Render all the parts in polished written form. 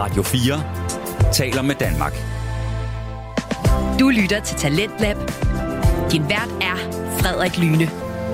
Radio 4 taler med Danmark. Du lytter til Talentlab. Din vært er Frederik Lyne.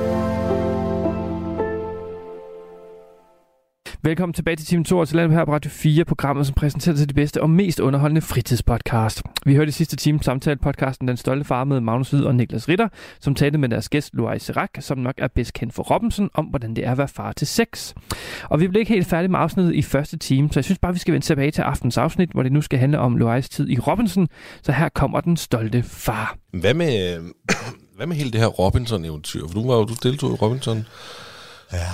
Velkommen tilbage til time 2 af Talentlab her på Radio 4, programmet, som præsenterer til de bedste og mest underholdende fritidspodcast. Vi hørte i sidste time samtale-podcasten Den Stolte Far med Magnus Hvid og Niklas Ritter, som talte med deres gæst Louise Serac, som nok er bedst kendt for Robinson, om hvordan det er at være far til 6. Og vi blev ikke helt færdige med afsnittet i første time, så jeg synes bare, vi skal vende tilbage til aftens afsnit, hvor det nu skal handle om Louise tid i Robinson. Så her kommer Den Stolte Far. Hvad med hele det her Robinson-eventyr? For du deltog i Robinson. Ja.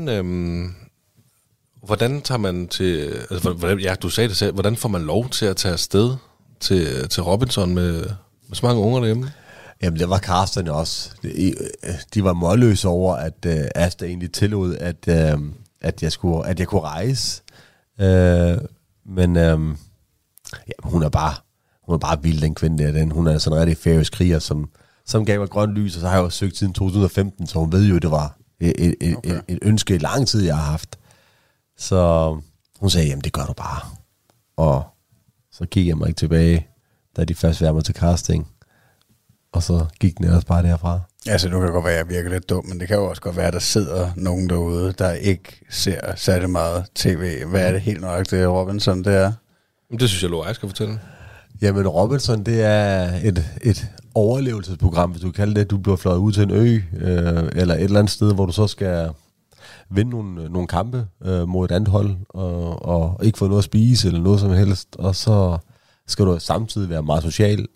Hvordan tager man til... Altså, du sagde det selv. Hvordan får man lov til at tage afsted til Robinson med så mange unger derhjemme? Jamen, det var Carsten også. De var målløse over, at Asta egentlig tillod, at jeg kunne rejse. Men hun er bare vild, den kvinde der. Hun er sådan en rigtig færøsk kriger, som gav mig grønt lys, og så har jeg jo søgt siden 2015, så hun ved jo, det var et ønske i lang tid, jeg har haft. Så hun sagde, jamen det gør du bare. Og så kiggede jeg mig ikke tilbage, da de først var mig til casting. Og så gik den ellers bare derfra. Altså nu kan det godt være, at jeg virker lidt dum, men det kan jo også godt være, at der sidder nogen derude, der ikke ser særlig meget tv. Hvad er det helt nøjagtigt, Robinson, det er? Det synes jeg, Louise skal fortælle. Jamen Robinson, det er et overlevelsesprogram, hvis du kalder det. Du bliver fløjet ud til en ø, eller et eller andet sted, hvor du så skal vinde nogle kampe mod et andet hold, og ikke få noget at spise eller noget som helst, og så skal du samtidig være meget social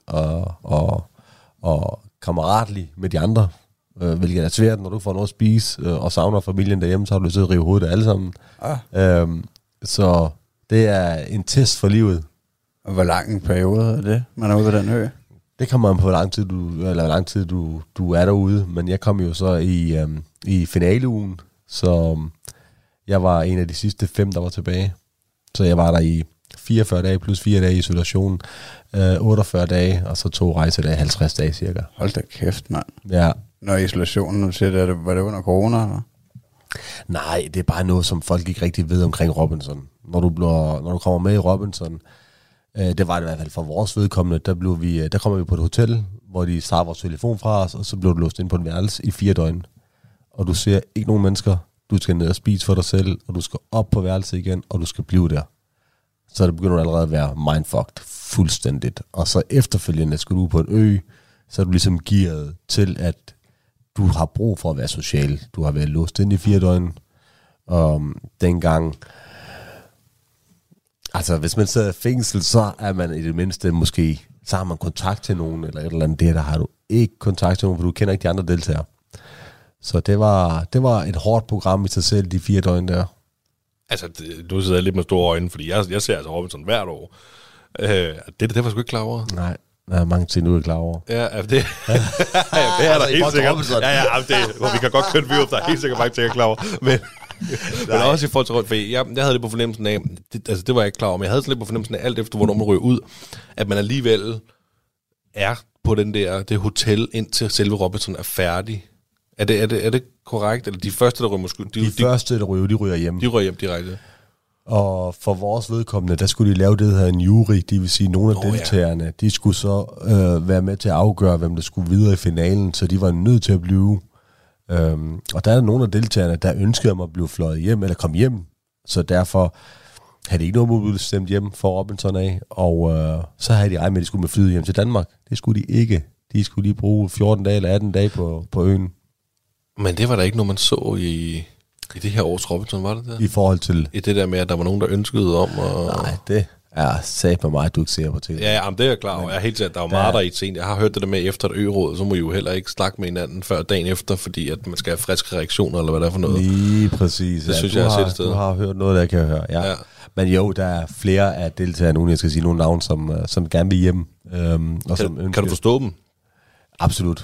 og kammeratlig med de andre, hvilket er svært, når du får noget at spise og savner familien derhjemme, så har du lyst til at rive hovedet af alle sammen. Så det er en test for livet. Og hvor lang en periode er det, man er ude ved den ø? Det kommer man på, hvor lang tid du er derude, men jeg kom jo så i finaleugen, så jeg var en af de sidste 5, der var tilbage. Så jeg var der i 44 dage plus 4 dage i isolation, 48 dage, og så 2 rejsedage, 50 dage cirka. Hold da kæft, mand. Ja. Når isolationen, du siger, var det under corona, eller? Nej, det er bare noget, som folk ikke rigtig ved omkring Robinson. Når du kommer med i Robinson, det var det i hvert fald for vores vedkommende, der kommer vi på et hotel, hvor de tager vores telefon fra os, og så blev du låst ind på en værelse i 4 døgn. Og du ser ikke nogen mennesker, du skal ned og spise for dig selv, og du skal op på værelset igen, og du skal blive der. Så det begynder allerede at være mindfucked fuldstændigt. Og så efterfølgende skal du på en ø, så er du ligesom gearet til, at du har brug for at være social. Du har været låst ind i 4 døgn. Og dengang, altså hvis man sidder i fængsel, så er man i det mindste måske, så har man kontakt til nogen, eller et eller andet. Der har du ikke kontakt til nogen, for du kender ikke de andre deltagere. Så det var et hårdt program i sig selv, de 4 døgn der. Altså, du sidder lidt med store øjne, fordi jeg ser altså Robinson hvert år. Det var sgu ikke klar over. Nej, der er mange ting, du er klar over. Ja, det det er der helt sikkert. Ja, vi kan godt køre en der er helt sikkert mange ting, jeg er klar over. Men også i forhold til for jeg havde det på fornemmelsen af, det var jeg ikke klar over, men jeg havde sådan lidt på fornemmelsen af, alt efter hvornår man ryger ud, at man alligevel er på det hotel, indtil selve Robinson er færdig. Er det korrekt? Eller de første, der ryger måske... Første, der ryger hjem. De ryger hjem direkte. Og for vores vedkommende, der skulle de lave det, der hedder en jury. Det vil sige, at nogle af deltagerne, de skulle så være med til at afgøre, hvem der skulle videre i finalen, så de var nødt til at blive. Og der er nogle af deltagerne, der ønskede om at blive fløjet hjem, eller komme hjem. Så derfor havde de ikke noget mod at stemt hjem for Robinson af. Og så havde de regnet med, at de skulle med flyet hjem til Danmark. Det skulle de ikke. De skulle lige bruge 14 dage eller 18 dage på øen. Men det var der ikke noget, man så i det her års Robinson, var det der? I forhold til... I det der med, at der var nogen, der ønskede om Nej, det er sat med mig, du ikke ser på til. Ja, det er jeg klar over. Jeg er helt sikkert, der var meget der i scenen. Jeg har hørt det der med, efter et ø-råd, så må I jo heller ikke snakke med hinanden før dagen efter, fordi at man skal have friske reaktioner, eller hvad der er for noget. Lige præcis. Det synes jeg, jeg har set et sted. Du har hørt noget, der kan jeg høre. Ja. Men jo, der er flere af deltagerne nu, jeg skal sige nogle navne, som gerne vil hjem. Og kan du forstå dem? Absolut.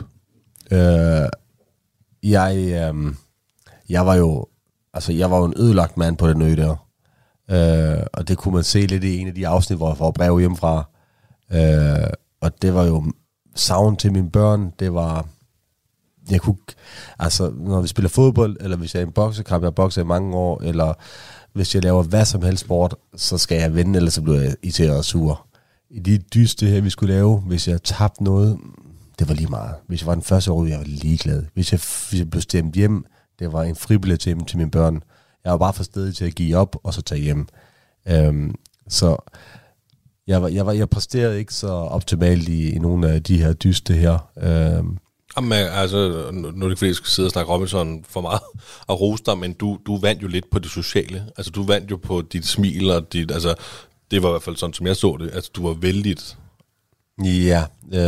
Jeg var jo en ødelagt mand på den ø der. Og det kunne man se lidt i en af de afsnit, hvor jeg får brev hjemmefra. Og det var jo savn til mine børn. Det var... Jeg kunne... Altså, når vi spiller fodbold, eller hvis jeg er i en boksekamp, jeg har bokset i mange år, eller hvis jeg laver hvad som helst sport, så skal jeg vinde, eller så bliver jeg irriteret og sur. I de dyste her, vi skulle lave, hvis jeg tabte noget, det var lige meget. Hvis jeg var den første år, jeg var ligeglad. Hvis jeg blev stemt hjem, det var en fribillet til mine børn. Jeg var bare for stedet til at give op, og så tage hjem. Så jeg præsterede ikke så optimalt i nogle af de her dyste her. Jamen, altså, nu er det ikke fordi, jeg skal sidde og snakke Robinson for meget og rose dig, men du vandt jo lidt på det sociale. Altså, du vandt jo på dit smil, og altså, det var i hvert fald sådan, som jeg så det. Altså, du var vældigt. Ja,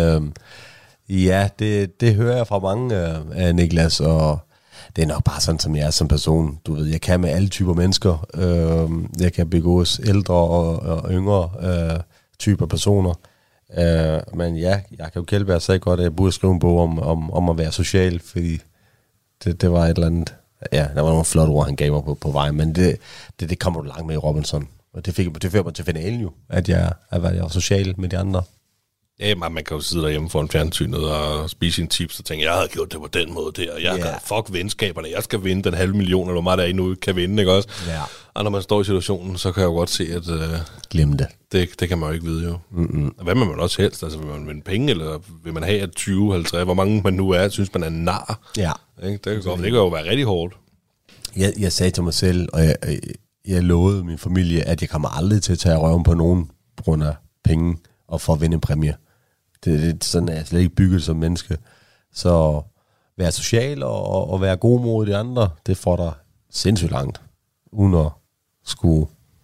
det hører jeg fra mange af Niklas, og det er nok bare sådan, som jeg er som person. Du ved, jeg kan med alle typer mennesker. Jeg kan begås ældre og yngre typer personer. Men ja, jeg kan jo Kjeldberg sagde godt, at jeg burde skrive en bog om at være social, fordi det var et eller andet. Ja, der var nogle flotte ord, han gav mig på vejen, men det kommer du langt med i Robinson. Og det førte mig til finalen jo, at jeg var social med de andre. Ja, man kan jo sidde derhjemme foran fjernsynet og spise sine chips og tænke, jeg havde gjort det på den måde der, og jeg fuck venskaberne, jeg skal vinde den 500.000, eller hvor meget der endnu kan vinde, ikke også? Ja. Og når man står i situationen, så kan jeg jo godt se, at glem det. Det kan man jo ikke vide jo. Hvad vil man også helst? Altså, vil man vinde penge, eller vil man have 20, 50, hvor mange man nu er, synes man er nar? Ja. Det kan jo være rigtig hårdt. Jeg sagde til mig selv, og jeg lovede min familie, at jeg kommer aldrig til at tage røven på nogen på grund af penge og for at vinde en præmie. Det sådan er jeg slet ikke bygget som menneske. Så være social og være god mod de andre, det får dig sindssygt langt. Uden at skulle,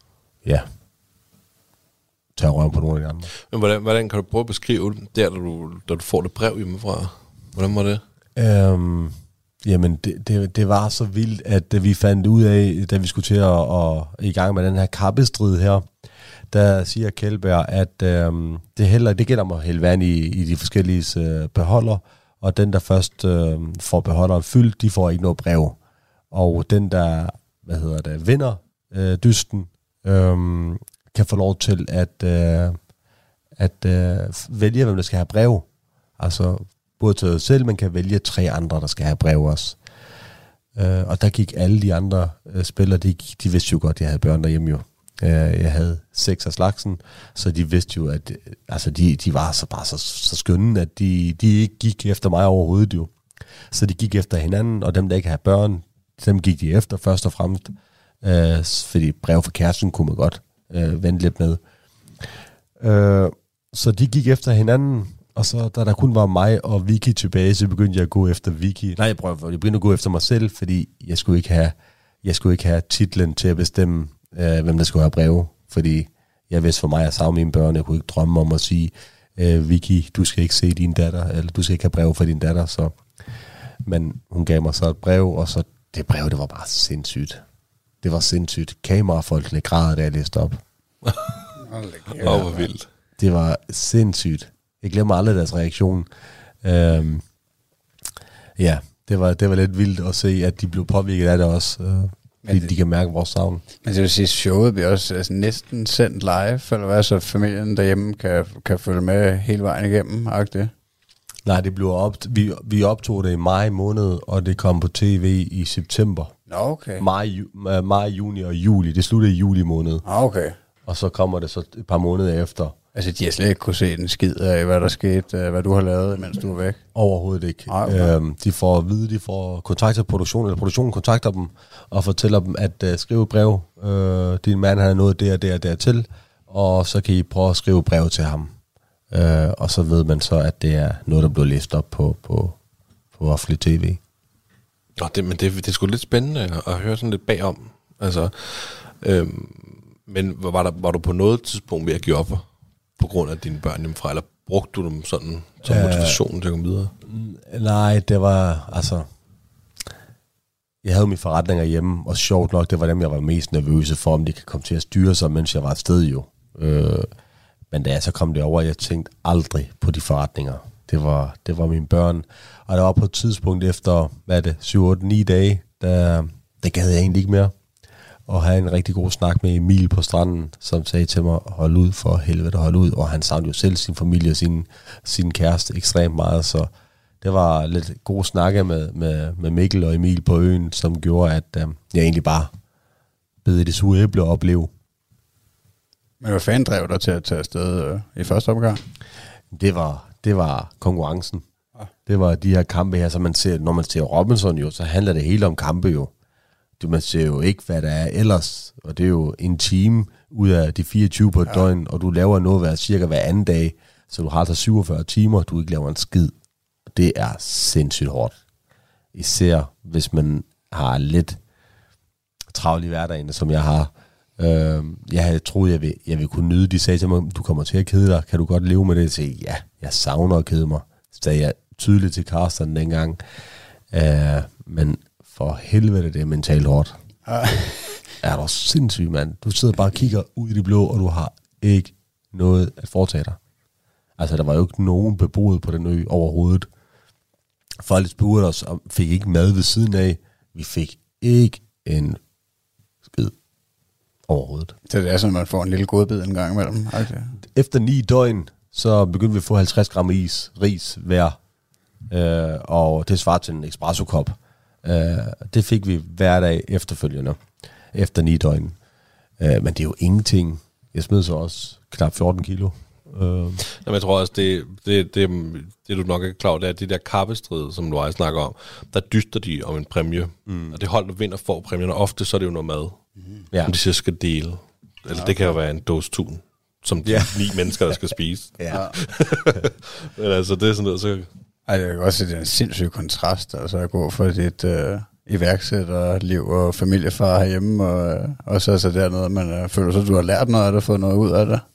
tage røven på nogle af de andre. Men hvordan kan du prøve at beskrive det, da du får det brev hjemmefra? Hvordan var det? Jamen, det var så vildt, at vi fandt ud af, da vi skulle til at i gang med den her kappestrid her, der siger Kjeldberg, at det gælder om at hælde vand i de forskellige beholder, og den, der først får beholderen fyldt, de får ikke noget brev. Og den, der vinder dysten, kan få lov til at vælge, hvem der skal have brev. Altså, både til sig selv, man kan vælge 3 andre, der skal have brev også. Og der gik alle de andre spillere, de vidste jo godt, at jeg havde børn derhjemme jo. Jeg havde 6 af slagsen, så de vidste jo, at altså de var så bare så skønne, at de ikke gik efter mig overhovedet jo. Så de gik efter hinanden, og dem, der ikke havde børn, dem gik de efter først og fremmest. Fordi brev for kæresten kunne man godt vente lidt med. Så de gik efter hinanden, og så da der kun var mig og Vicky tilbage, så begyndte jeg at gå efter Vicky. Nej, jeg begyndte at gå efter mig selv, fordi jeg skulle ikke have titlen til at bestemme, hvem der skulle have breve, fordi jeg vidste for mig at savne mine børn. Jeg kunne ikke drømme om at sige, Vicky, du skal ikke se din datter, eller du skal ikke have brev for din datter. Så. Men hun gav mig så et brev, og så det brev, det var bare sindssygt. Det var sindssygt. Kamerafolkene græd, da jeg læste op. Hvor vildt. Det var sindssygt. Jeg glemmer aldrig deres reaktion. Det var lidt vildt at se, at de blev påvirket af det også. Fordi de kan mærke vores savn. Men det vil sige, showet bliver også næsten sendt live, eller hvad, så familien derhjemme kan følge med hele vejen igennem? Nej, det blev vi optog det i maj måned, og det kom på tv i september. Okay. Maj, juni og juli. Det sluttede i juli måned. Okay. Og så kommer det så et par måneder efter. Altså, de har slet ikke kunne se den skid af, hvad der skete, hvad du har lavet, mens du var væk? Overhovedet ikke. De får at vide, de får kontakter produktionen, eller produktionen kontakter dem, og fortæller dem, at skrive et brev. Din mand har nået det og det og dertil, og så kan I prøve at skrive brev til ham. Og så ved man så, at det er noget, der bliver læst op på offentlig tv. Men det er sgu lidt spændende at høre sådan lidt bagom. Altså, men var du på noget tidspunkt ved at give op på grund af dine børn hjemmefra, eller brugte du dem sådan som motivation til at komme videre? Nej, det var, altså, jeg havde mine forretninger hjemme, og sjovt nok, det var dem, jeg var mest nervøse for, om de kan komme til at styre sig, mens jeg var afsted jo. Men da jeg så kom det over, jeg tænkte aldrig på de forretninger. Det var mine børn. Og der var på et tidspunkt efter, 7-8-9 dage, der gad jeg egentlig ikke mere. Og have en rigtig god snak med Emil på stranden, som sagde til mig, hold ud for helvede, hold ud. Og han savnede jo selv sin familie og sin kæreste ekstremt meget, så det var lidt gode snakke med Mikkel og Emil på øen, som gjorde, at jeg egentlig bare bede det sure æble at opleve. Men hvad fanden drev dig til at tage afsted i første omgang? Det var konkurrencen. Det var de her kampe her, som man ser, når man ser Robinson jo, så handler det hele om kampe jo. Man ser jo ikke, hvad der er ellers, og det er jo en time ud af de 24 på et døgn, og du laver noget cirka hver anden dag, så du har altså 47 timer, du ikke laver en skid. Det er sindssygt hårdt. Især hvis man har lidt travlt i hverdagen, som jeg har. Jeg havde troet, jeg ville kunne nyde. De sagde til mig, du kommer til at kede dig. Kan du godt leve med det? Jeg sagde, ja, jeg savner at kede mig. Så sagde jeg tydeligt til Carsten dengang. Men for helvede, det er mentalt hårdt. Er du sindssyg, mand? Du sidder bare og kigger ud i det blå, og du har ikke noget at foretage dig. Altså, der var jo ikke nogen beboet på den ø overhovedet. Folk spurgte os, og fik ikke mad ved siden af. Vi fik ikke en skid overhovedet. Så det er sådan, at man får en lille godbid en gang imellem. Okay. Efter 9 døgn, så begyndte vi at få 50 gram ris hver. Og det svarer til en espresso-kop. Det fik vi hver dag efterfølgende. Efter 9 døgn. Men det er jo ingenting. Jeg smed så også knap 14 kilo. Jamen, jeg tror også, det du nok ikke er klar over, det er de der kappestrid, som du snakker om. Der dyster de om en præmie. Og det hold, der vinder, får præmien. Og ofte så er det jo noget mad, som de så skal dele. Eller det kan jo være en dåse tun, som de 9 mennesker, der skal spise. Men altså, det er sådan noget, så... Ej, det er jo også en sindssyg kontrast, altså at gå for dit iværksætterliv og familiefar herhjemme, og så altså dernede, man føler så, at du har lært noget af det, og fået noget ud af det.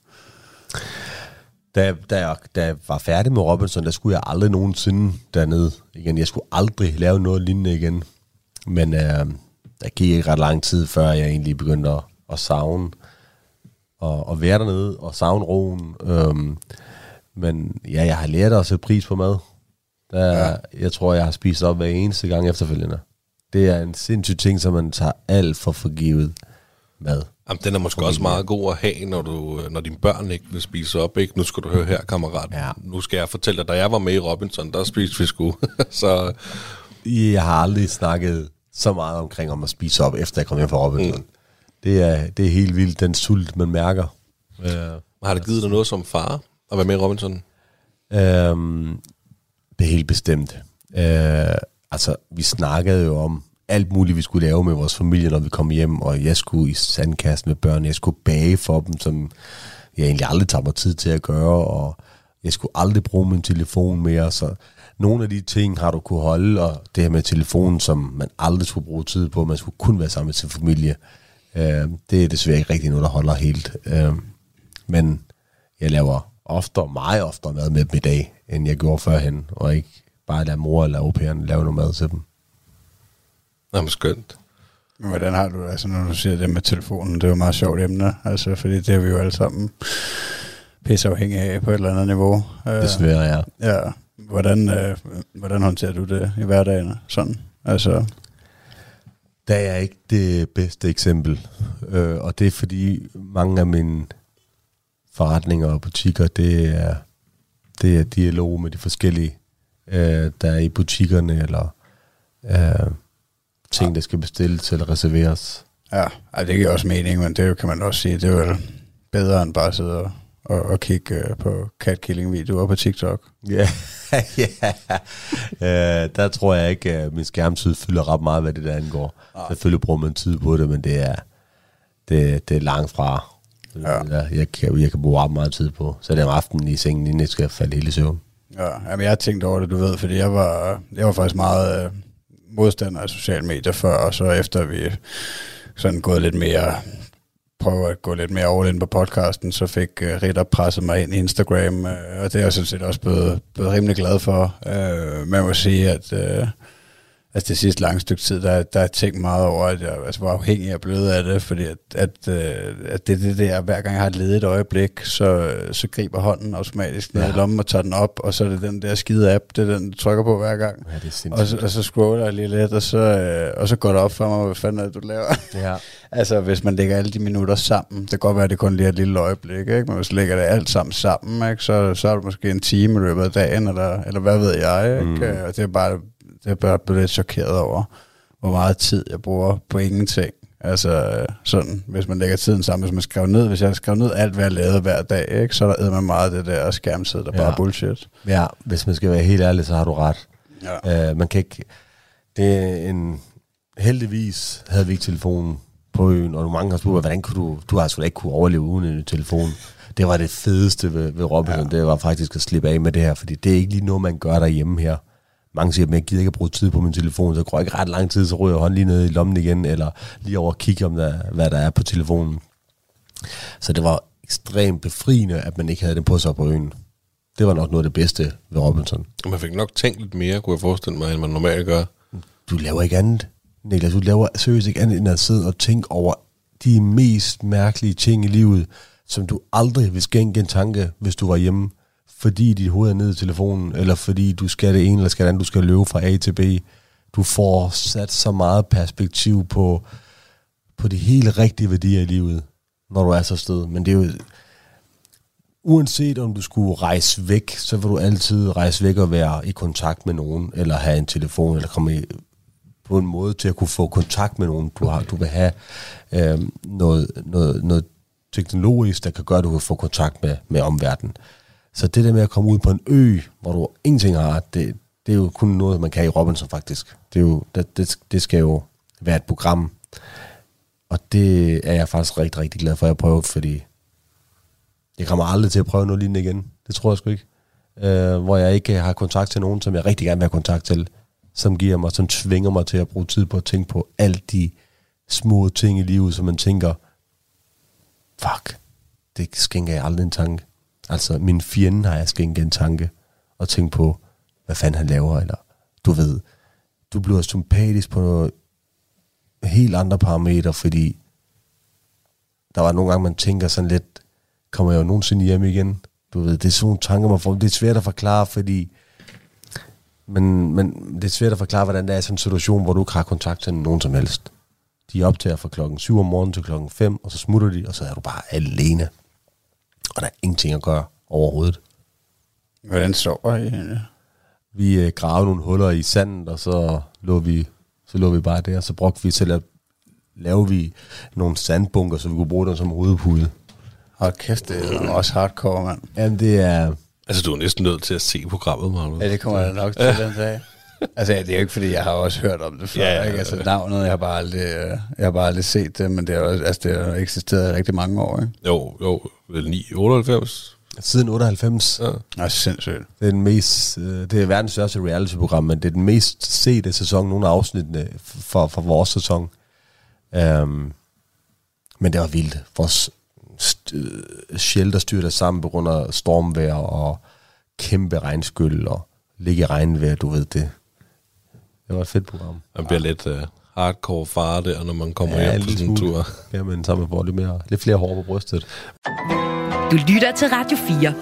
Da jeg var færdig med Robinson, der skulle jeg aldrig nogensinde dernede igen. Jeg skulle aldrig lave noget lignende igen. Men der gik ikke ret lang tid, før jeg egentlig begyndte at savne og være dernede og savne roen. Men ja, jeg har lært at sætte pris på mad. Jeg tror, jeg har spist op hver eneste gang efterfølgende. Det er en sindssyg ting, som man tager alt for forgivet mad. Jamen, den er måske også meget god at have, når dine børn ikke vil spise op, ikke? Nu skal du høre her, kammerat. Ja. Nu skal jeg fortælle dig, da jeg var med i Robinson, der spiste vi sgu. Så... Jeg har aldrig snakket så meget omkring om at spise op, efter jeg kom hjem fra Robinson. Det er helt vildt, den sult, man mærker. Har det givet dig noget som far at være med i Robinson? Det er helt bestemt. Altså, vi snakkede jo om alt muligt, vi skulle lave med vores familie, når vi kom hjem, og jeg skulle i sandkassen med børn, jeg skulle bage for dem, som jeg egentlig aldrig tager mig tid til at gøre, og jeg skulle aldrig bruge min telefon mere, så nogle af de ting har du kunne holde, og det her med telefonen, som man aldrig skulle bruge tid på, man skulle kun være sammen med sin familie, det er desværre ikke rigtig noget, der holder helt. Men jeg laver meget oftere mad med dem i dag, end jeg gjorde førhen, og ikke bare lade mor eller au pairen lave noget mad til dem. Jamen, skønt. Men hvordan har du, altså når du siger det med telefonen, det er jo meget sjovt emne, altså fordi det er vi jo alle sammen pisseafhængige af på et eller andet niveau. Desværre, ja. Ja. Hvordan håndterer du det i hverdagen? Sådan, altså... Der er ikke det bedste eksempel, og det er fordi mange af mine forretninger og butikker, det er dialog med de forskellige, der er i butikkerne, eller ting, der skal bestilles eller reserveres. Ja, det giver også mening, men det kan man også sige, det er jo bedre end bare at sidde og kigge på cat-killing-videoer på TikTok. Ja, der tror jeg ikke, at min skærmtid fylder ret meget, hvad det der angår. Selvfølgelig bruger man tid på det, men det er langt fra. Ja. Jeg kan bruge ret meget tid på. Så det er om aftenen i sengen, inden jeg skal falde hele i søvn. Ja, men jeg har tænkt over det, du ved, fordi jeg var faktisk meget modstander af sociale medier før, og så efter vi sådan prøver at gå lidt mere over ind på podcasten, så fik Ritter presset mig ind i Instagram, og det er jeg sådan set også blevet rimelig glad for. Man må sige, at det sidste lange stykke tid, der er tænkt meget over, at jeg var afhængig af bløde af det, fordi at det der, hver gang jeg har et ledigt øjeblik, så griber hånden automatisk ned i lommen og tager den op, og så er det den der skide app, det er den, du trykker på hver gang. Ja, det er og så scroller jeg lige lidt, og så går det op for mig, hvad fanden er det, du laver? Ja. Altså, hvis man lægger alle de minutter sammen, det kan godt være, at det kun lige er et lille øjeblik, ikke? Men hvis man lægger det alt sammen, ikke? Så er det måske en time i løbet af dagen, eller hvad ved jeg, ikke? Og det er bare blevet lidt chokeret over, hvor meget tid jeg bruger på ingenting. Altså sådan, hvis man lægger tiden sammen, hvis jeg skrev ned alt, hvad jeg lavede hver dag, ikke, så der æder man meget det der skærmtid, der bare er bullshit. Ja, hvis man skal være helt ærlig, så har du ret. Ja. Man kan ikke... Det er en... Heldigvis havde vi ikke telefonen på øen, og mange har spurgt, hvordan kunne du har sgu da ikke kunne overleve uden en telefon. Det var det fedeste ved Robinson, det var faktisk at slippe af med det her, fordi det er ikke lige noget, man gør derhjemme her. Mange siger, at jeg gider ikke at bruge tid på min telefon, så går jeg ikke ret lang tid, så ryger jeg hånden lige ned i lommen igen, eller lige over at kigge, om hvad der er på telefonen. Så det var ekstremt befriende, at man ikke havde den på sig på øen. Det var nok noget af det bedste ved Robinson. Man fik nok tænkt lidt mere, kunne jeg forestille mig, end man normalt gør. Du laver ikke andet, Niklas. Du laver seriøst ikke andet, end at sidde og tænke over de mest mærkelige ting i livet, som du aldrig vil skænke en tanke, hvis du var hjemme, fordi dit hoved er nede i telefonen, eller fordi du skal det ene, eller skal det andet, du skal løbe fra A til B. Du får sat så meget perspektiv på de helt rigtige værdier i livet, når du er så sted. Men det er jo... Uanset om du skulle rejse væk, så vil du altid rejse væk og være i kontakt med nogen, eller have en telefon, eller komme på en måde til at kunne få kontakt med nogen. Du vil have noget teknologisk, der kan gøre, at du kan få kontakt med omverdenen. Så det der med at komme ud på en ø, hvor du ingenting har, det er jo kun noget, man kan i Robinson faktisk. Det skal jo være et program, og det er jeg faktisk rigtig, rigtig glad for, at jeg prøver, fordi jeg kommer aldrig til at prøve noget lignende igen. Det tror jeg sgu ikke. Hvor jeg ikke har kontakt til nogen, som jeg rigtig gerne vil have kontakt til, som giver mig, som tvinger mig til at bruge tid på at tænke på alle de små ting i livet, som man tænker, fuck, det skænker jeg aldrig en tanke. Altså, min fjende har jeg skænket en tanke, og tænkt på, hvad fanden han laver, eller du ved, du bliver sympatisk på nogle helt andre parametre, fordi der var nogle gange, man tænker sådan lidt, kommer jeg jo nogensinde hjem igen? Du ved, det er sådan nogle tanker, man får. Det er svært at forklare, fordi men det er svært at forklare, hvordan det er i sådan en situation, hvor du ikke har kontakt til nogen som helst. De optager fra 7:00 om morgenen til 5:00, og så smutter de, og så er du bare alene. Og der er ingenting at gøre overhovedet. Hvordan sover I egentlig? Vi gravede nogle huller i sandet, og så lå vi bare der, og så brugte vi til at lave vi nogle sandbunker, så vi kunne bruge dem som hovedpude. Hold kæft, det er også hardcore, mand. Jamen, det er... Altså, du er næsten nødt til at se programmet, Magnus. Ja, det kommer jeg nok til den dag. Altså, det er jo ikke, fordi jeg har også hørt om det før, ikke? Altså, navnet, jeg har bare aldrig set det, men det er også, altså, det har eksisteret i rigtig mange år, ikke? Jo, vel 98? Siden 98. Ja. Det er sindssygt. Det er verdens største reality-program, men det er den mest sete sæson, nogle af afsnittene for vores sæson. Men det var vildt. Vores shelter styrte sammen på grund af stormvejr og kæmpe regnskyld og ligge i regnvejr, du ved det. Det var et fedt program. Man bliver lidt hardcore far der, når man kommer hjem på sådan en tur. Ja, men sammen får lidt flere hår på brystet. Du lytter til Radio 4.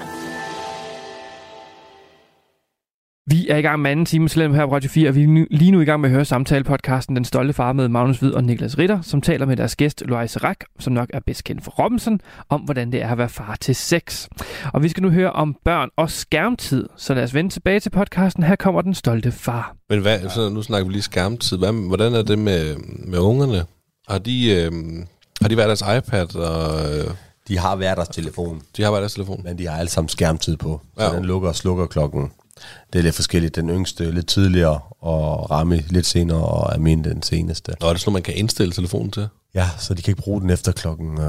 Vi er i gang med anden time Slam her på Radio 4, og vi er lige nu i gang med at høre samtale-podcasten Den Stolte Far med Magnus Hvid og Niklas Ritter, som taler med deres gæst Louise Rack, som nok er bedst kendt for Robinson, om hvordan det er at være far til 6. Og vi skal nu høre om børn og skærmtid, så lad os vende tilbage til podcasten. Her kommer Den Stolte Far. Men så nu snakker vi lige skærmtid. Hvordan er det med ungerne? Har de været deres iPad? Og de har været deres telefon. Men de har alle sammen skærmtid på, så den lukker og slukker klokken. Det er lidt forskelligt. Den yngste lidt tidligere, og Rami lidt senere, og Amin den seneste. Og er det sådan, man kan indstille telefonen til? Ja, så de kan ikke bruge den efter klokken...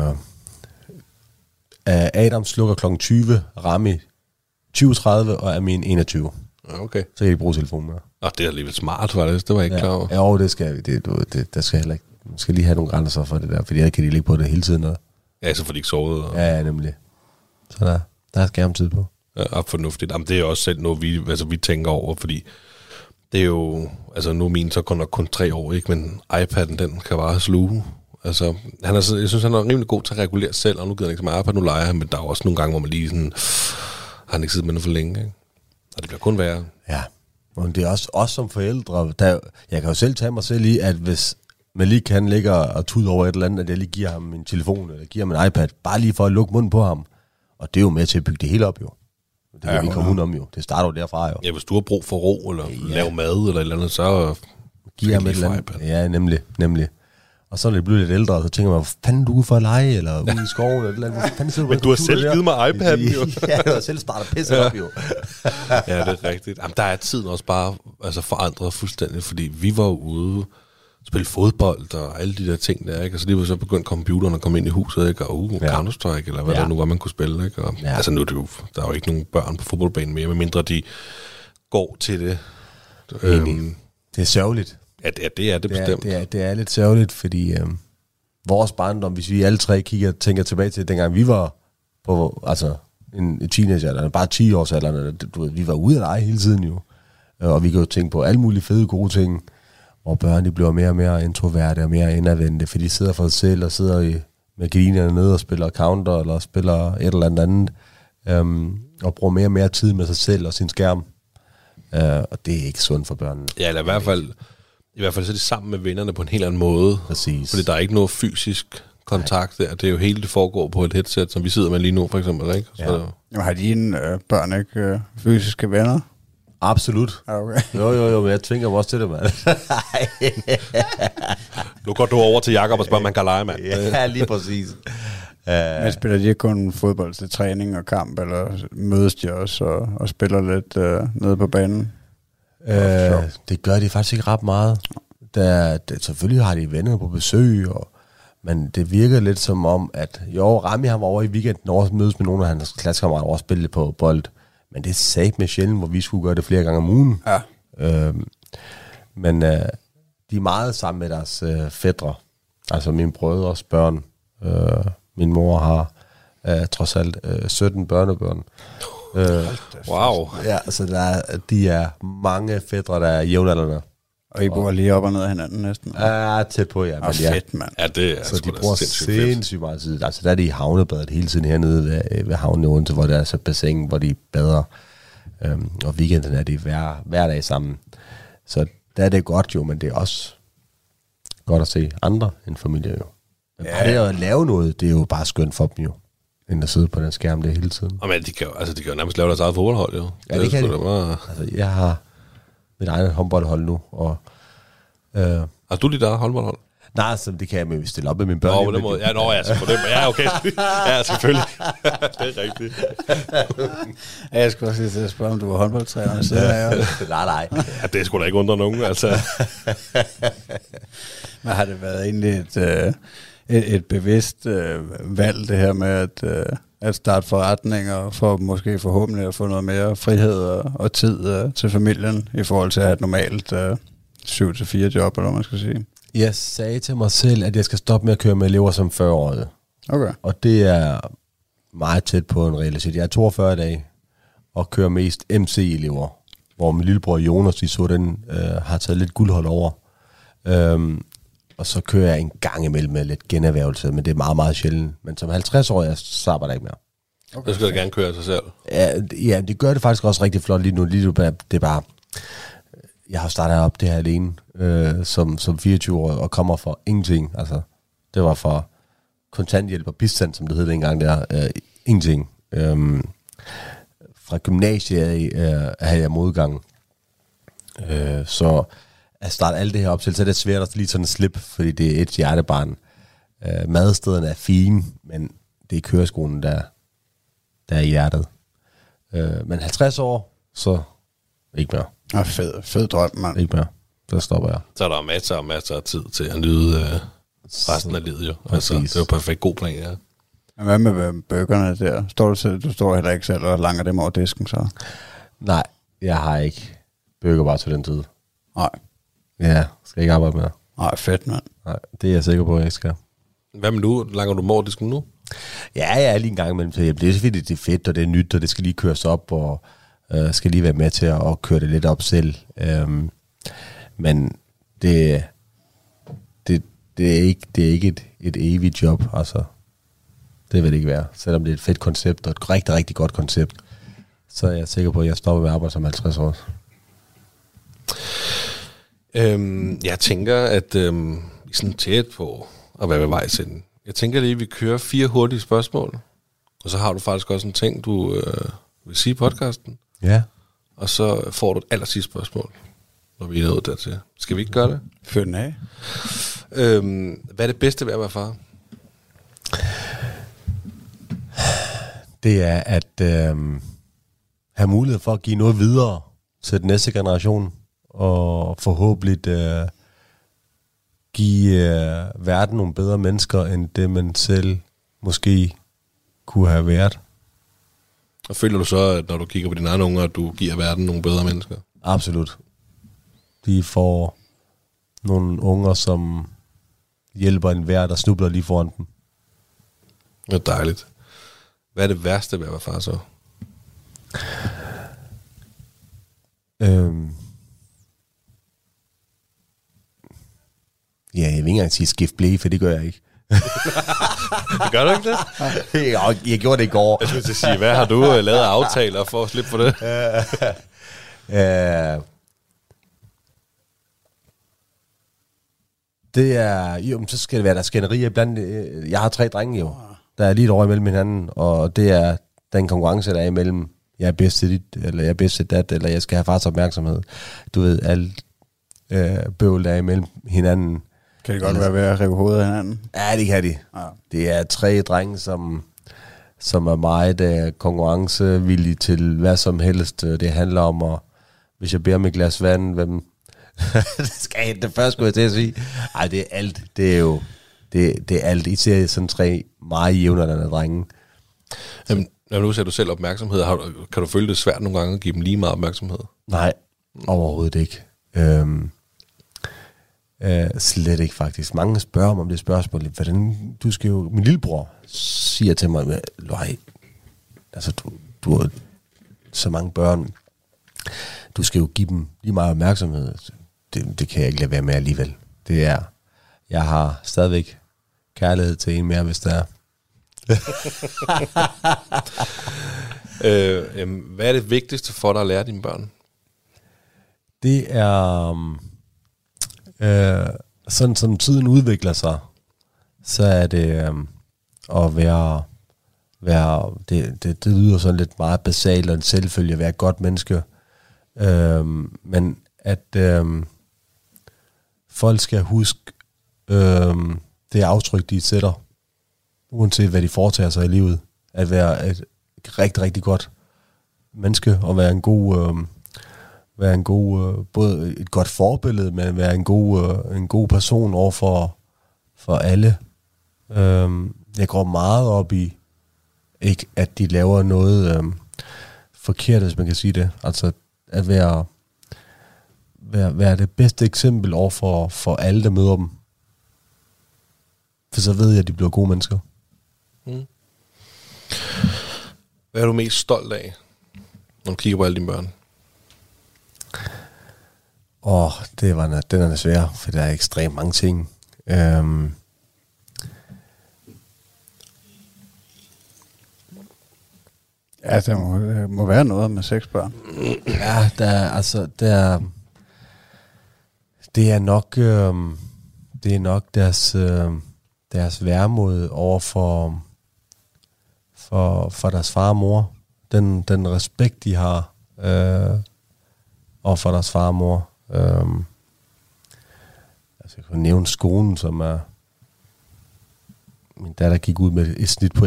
Adam slukker klokken 20, Rami 20.30 og Amin 21. Okay. Så kan de bruge telefonen med. Og det er alligevel smart, var det? Det var jeg ikke klar over. Jo, det skal vi. Der skal heller ikke... Man skal lige have nogle grænser for det der, fordi jeg kan de ligge på det hele tiden. Ja, så får de ikke sovet. Og... Ja, nemlig. Så der er skærmtid på. Ja, fornuftigt. Jamen, det er også selv noget, vi tænker over, fordi det er jo... Altså, nu er min så kun 3 år, ikke? Men iPad'en, den kan bare sluge. Altså, jeg synes, han er rimelig god til at regulere selv, og nu gider han ikke så meget iPad, nu leger han, men der er også nogle gange, hvor man lige sådan... Har han ikke siddet med det for længe, ikke? Og det bliver kun værre. Ja, men det er også som forældre... Jeg kan jo selv tage mig selv i, at hvis man lige kan ligge og tude over et eller andet, at jeg lige giver ham min telefon, eller giver ham en iPad, bare lige for at lukke munden på ham. Og det er jo med til at bygge det hele op, jo. Det kan vi ikke komme om, jo. Det starter jo derfra, jo. Ja, hvis du har brug for ro, eller lave mad, eller et eller andet, så... Giv ham et eller andet. Ja, nemlig. Og så når det bliver lidt ældre, så tænker man, hvad fanden du for at lege, eller ude i skoven, eller men du har selv givet mig iPad'en, jo. Ja, du har selv startet pisset op, jo. Ja, det er rigtigt. Jamen, der er tiden også bare forandret fuldstændig, fordi vi var ude spille fodbold og alle de der ting der, ikke? Og så lige så begyndte computeren at komme ind i huset, ikke? Og Counter-Strike, eller hvad der nu var, man kunne spille, ikke? Og, altså nu er det jo, der er jo ikke nogen børn på fodboldbanen mere, medmindre de går til det. Det er sørgeligt. Ja, det er det bestemt. Det er lidt sørgeligt, fordi vores barndom, hvis vi alle tre tænker tilbage til, dengang vi var på, altså en teenager, eller bare 10 års alderen, vi var ude af lege hele tiden jo. Og vi kan jo tænke på alle mulige fede gode ting, hvor børn de bliver mere og mere introverte og mere indadvendte, for de sidder for sig selv og sidder med grinerne nede og spiller counter, eller spiller et eller andet, og bruger mere og mere tid med sig selv og sin skærm. Og det er ikke sundt for børnene. Ja, eller i hvert fald så er de sammen med vennerne på en helt anden måde. Præcis. Fordi der er ikke noget fysisk kontakt der. Det er jo hele, det foregår på et headset, som vi sidder med lige nu, for eksempel, ikke? Så ja. Har dine børn ikke fysiske venner? Absolut. Okay. Jo, men jeg tvinger dem også til det, mand. Nu går du over til Jakob og spørger, om man kan lege, mand. Ja, lige præcis. Men spiller de ikke kun fodbold til træning og kamp, eller mødes de også og spiller lidt nede på banen? Det gør de faktisk ikke ret meget. Selvfølgelig har de venner på besøg, men det virker lidt som om, at Rami han var over i weekenden og mødes med nogle af hans klassekammerater og spille lidt på bold. Men det er sat med sjældent, hvor vi skulle gøre det flere gange om ugen. Ja. Men de er meget sammen med deres fætre. Altså mine brødres børn. Min mor har trods alt 17 børnebørn. Wow. Ja, så de er mange fætre, der er jævnaldrende. Og I bor lige op og ned af hinanden næsten? Ja, tæt på, ja. Men fedt, mand. Ja, det er så de bruger sindssygt meget tid. Altså, der er de i havnebadet hele tiden hernede ved havnen i Odense, hvor der er så bassin, hvor de bader. Og weekenden er de hver dag sammen. Så der er det godt jo, men det er også godt at se andre end familie jo. Men bare det at lave noget, det er jo bare skønt for dem jo, end at sidde på den skærm det hele tiden. Men de kan jo nærmest lave deres eget fodboldhold jo. Ja, det kan de. Altså, jeg har mit eget håndboldhold nu. Og, har du dit eget håndboldhold? Nej, altså, det kan jeg med stille op med mine børn. På den måde. Ja, okay. Ja, selvfølgelig. Det er rigtigt. Ja, jeg skulle også lige til at spørge, om du var håndboldtræner. Nej. Ja, det skulle da ikke undre nogen, altså. Men har det været egentlig et bevidst valg, det her med at starte forretninger, for måske forhåbentlig at få noget mere frihed og tid til familien, i forhold til at have et normalt 7-4 job, eller hvad man skal sige? Jeg sagde til mig selv, at jeg skal stoppe med at køre med elever som 40-årige. Okay. Og det er meget tæt på en realitet. Jeg er 42 dage og kører mest MC-elever, hvor min lillebror Jonas, har taget lidt guldhold over. Og så kører jeg en gang imellem med lidt generhvervelse, men det er meget, meget sjældent. Men som 50-årig, så arbejder jeg ikke mere. Okay. Så skal du gerne køre sig selv. Ja, det gør det faktisk også rigtig flot lige nu. Det er bare... Jeg har startet op det her alene som 24-årig og kommer for ingenting. Altså, det var for kontanthjælp og bistand, som det hed dengang der. Ingenting. Fra gymnasiet havde jeg modgang. Så at starte alt det her op til, så er det svært at lige sådan slip, fordi det er et hjertebarn. Madstederne er fine, men det er køreskolen, der er i hjertet. Men 50 år, så ikke mere. Fed drøm, mand. Ikke mere. Der stopper jeg. Så er der masser af tid til at nyde resten af livet, jo. Altså, det er jo perfekt god plan, ja. Men hvad med burgerne der? Du står heller ikke selv og langer dem over disken, så? Nej, jeg har ikke burger bare til den tid. Nej. Ja, skal ikke arbejde med. Nej, fedt, mand. Nej, det er jeg sikker på, at jeg ikke skal. Hvad med nu? Langer du dem over disken nu? Ja, jeg er lige en gang imellem. Det er selvfølgelig, det er fedt, og det er nyt, og det skal lige køres op, og skal lige være med til at køre det lidt op selv. Men det er ikke et evigt job, altså. Det vil det ikke være. Selvom det er et fedt koncept, og et rigtig, rigtig godt koncept, så er jeg sikker på, at jeg stopper med at arbejde som 50 år. Jeg tænker, at vi er sådan tæt på at være ved vej til den. Jeg tænker lige, at vi kører 4 hurtige spørgsmål, og så har du faktisk også en ting, du vil sige i podcasten. Ja. Og så får du et allersidste spørgsmål. når vi er nået dertil. Skal vi ikke gøre det? Fyr den af. Hvad er det bedste ved at være far? Det er at have mulighed for at give noget videre til den næste generation, og forhåbentlig give verden nogle bedre mennesker, end det man selv måske kunne have været. Og føler du så, at når du kigger på dine andre unger, at du giver verden nogle bedre mennesker? Absolut. De får nogle unger, som hjælper enhver, der snubler lige foran dem. Det er dejligt. Hvad er det værste ved at være far så? Ja, jeg vil ikke engang sige skift blæ, for det gør jeg ikke. Gør du ikke det? Jeg gjorde det i går. Jeg skulle til at sige, hvad har du lavet af aftaler for at slippe for det? Det er, jo, så skal det være der skænderier blandt. Jeg har 3 drenge jo, der er lige et år imellem hinanden, og det er den konkurrence, der er imellem, jeg er bedst til dit, eller jeg er bedst til dat, eller jeg skal have fars opmærksomhed. Du ved, alt bøvl, der er imellem hinanden. Kan det godt være ved at rive hovedet af hinanden? Ja, det kan de. Ja. Det er 3 drenge, som er meget konkurrencevillige til hvad som helst. Det handler om, at hvis jeg beder om et glas vand, hvem skal jeg det først, skulle jeg til at sige. Ej, det er alt. Det er jo det er alt. I ser sådan 3 meget jævnaldrende drenge. Jamen, når du ser du selv opmærksomhed, kan du føle det svært nogle gange at give dem lige meget opmærksomhed? Nej, overhovedet ikke. Slet ikke faktisk. Mange spørger mig om det spørgsmål. Hvordan, du skal jo, min lillebror siger til mig, Løj, altså du har så mange børn. Du skal jo give dem lige meget opmærksomhed. Det kan jeg ikke lade være med alligevel. Det er, jeg har stadigvæk kærlighed til en mere, hvis der er. Hvad er det vigtigste for dig at lære dine børn? Det er sådan som tiden udvikler sig, så er det at være det lyder sådan lidt meget basalt og en selvfølge at være et godt menneske, men at folk skal huske det aftryk, de sætter, uanset hvad de foretager sig i livet, at være et rigtig, rigtig godt menneske og være en god både et godt forbillede, men være en god person over for alle. Jeg går meget op i ikke at de laver noget forkert, hvis man kan sige det. Altså at være det bedste eksempel over for alle, der møder dem. For så ved jeg, at de bliver gode mennesker. Mm. Hvad er du mest stolt af, når du kigger på alle dine børn? Den er svær, for der er ekstremt mange ting. Ja, der må være noget med 6 børn. Ja, det er nok deres værmod over for deres far og mor. Den respekt, de har over for deres far og mor. Jeg kan nævne skolen, som er... Min datter gik ud med et snit på